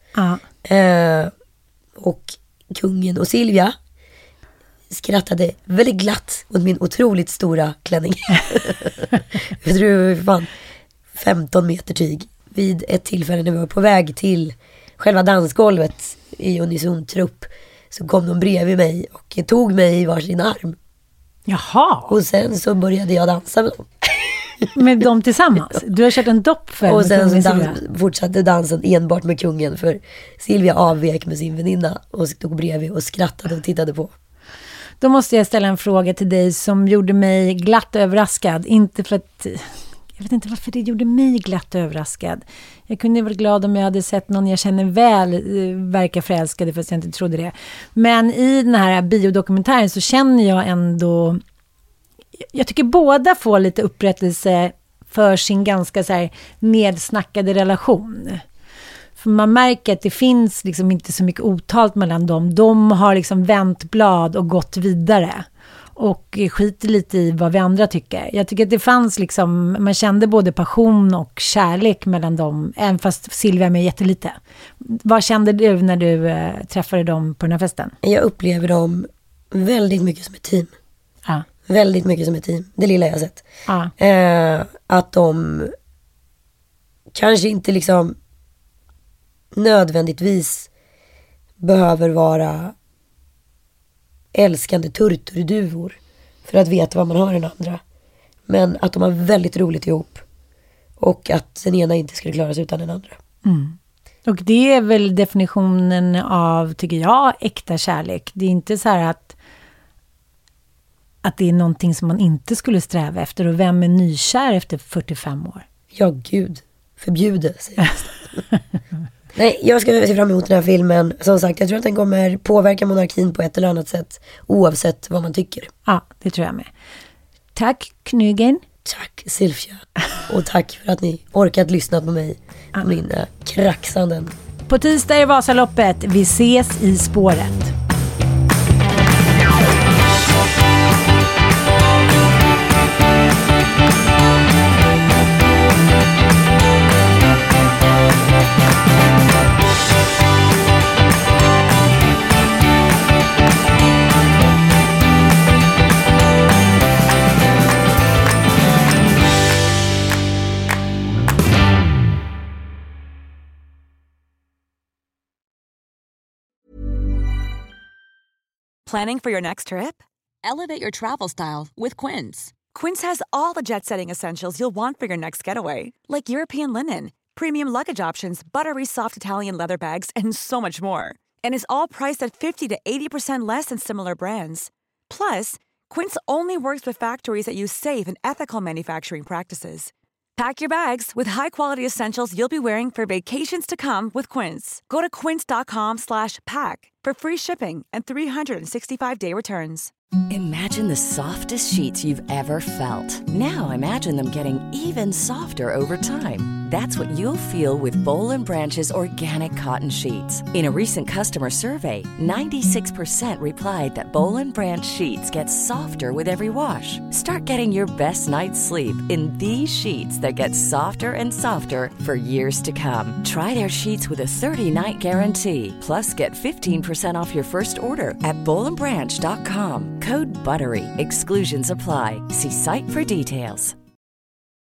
Och kungen och Silvia skrattade väldigt glatt åt min otroligt stora klänning. Jag tror det var fan 15 meter tyg. Vid ett tillfälle när vi var på väg till själva dansgolvet i unison trupp, så kom de bredvid mig och tog mig i varsin arm. Jaha. Och sen så började jag dansa med dem. Med dem tillsammans? Du har kört en dopp för. Och sen så fortsatte dansen enbart med kungen, för Silvia avvek med sin väninna och stod bredvid och skrattade och tittade på. Då måste jag ställa en fråga till dig som gjorde mig glatt överraskad. Inte för att... Jag vet inte varför det gjorde mig glatt överraskad. Jag kunde vara glad om jag hade sett någon jag känner väl verka förälskade, fast jag inte trodde det. Men i den här biodokumentären så känner jag ändå... jag tycker båda får lite upprättelse för sin ganska så här nedsnackade relation. För man märker att det finns liksom inte så mycket otalt mellan dem. De har liksom vänt blad och gått vidare. Och skiter lite i vad vi andra tycker. Jag tycker att det fanns liksom, man kände både passion och kärlek mellan dem. Även fast Silvia med jättelite. Vad kände du när du träffade dem på den här festen? Jag upplever dem väldigt mycket som ett team. Ja. Väldigt mycket som ett team. Det lilla jag har sett. Ja. Att de kanske inte liksom nödvändigtvis behöver vara älskande turturduvor för att veta vad man har den andra. Men att de har väldigt roligt ihop. Och att den ena inte skulle klara sig utan den andra. Mm. Och det är väl definitionen av, tycker jag, äkta kärlek. Det är inte så här att det är någonting som man inte skulle sträva efter. Och vem är nykär efter 45 år? Ja, gud. Förbjude, säger jag. Nej, jag ska se fram emot den här filmen. Som sagt, jag tror att den kommer påverka monarkin på ett eller annat sätt. Oavsett vad man tycker. Ja, det tror jag med. Tack, Knygen. Tack, Silvia. Och tack för att ni orkat lyssna på mig. På mina kraxanden. På tisdag är Vasaloppet. Vi ses i spåret. Planning for your next trip? Elevate your travel style with Quince. Quince has all the jet-setting essentials you'll want for your next getaway, like European linen, premium luggage options, buttery soft Italian leather bags, and so much more. And is all priced at 50 to 80% less than similar brands. Plus, Quince only works with factories that use safe and ethical manufacturing practices. Pack your bags with high-quality essentials you'll be wearing for vacations to come with Quince. Go to quince.com/pack for free shipping and 365-day returns. Imagine the softest sheets you've ever felt. Now imagine them getting even softer over time. That's what you'll feel with Boll & Branch's organic cotton sheets. In a recent customer survey, 96% replied that Boll & Branch sheets get softer with every wash. Start getting your best night's sleep in these sheets that get softer and softer for years to come. Try their sheets with a 30-night guarantee. Plus, get 15% off your first order at bollandbranch.com. Code BUTTERY. Exclusions apply. See site for details.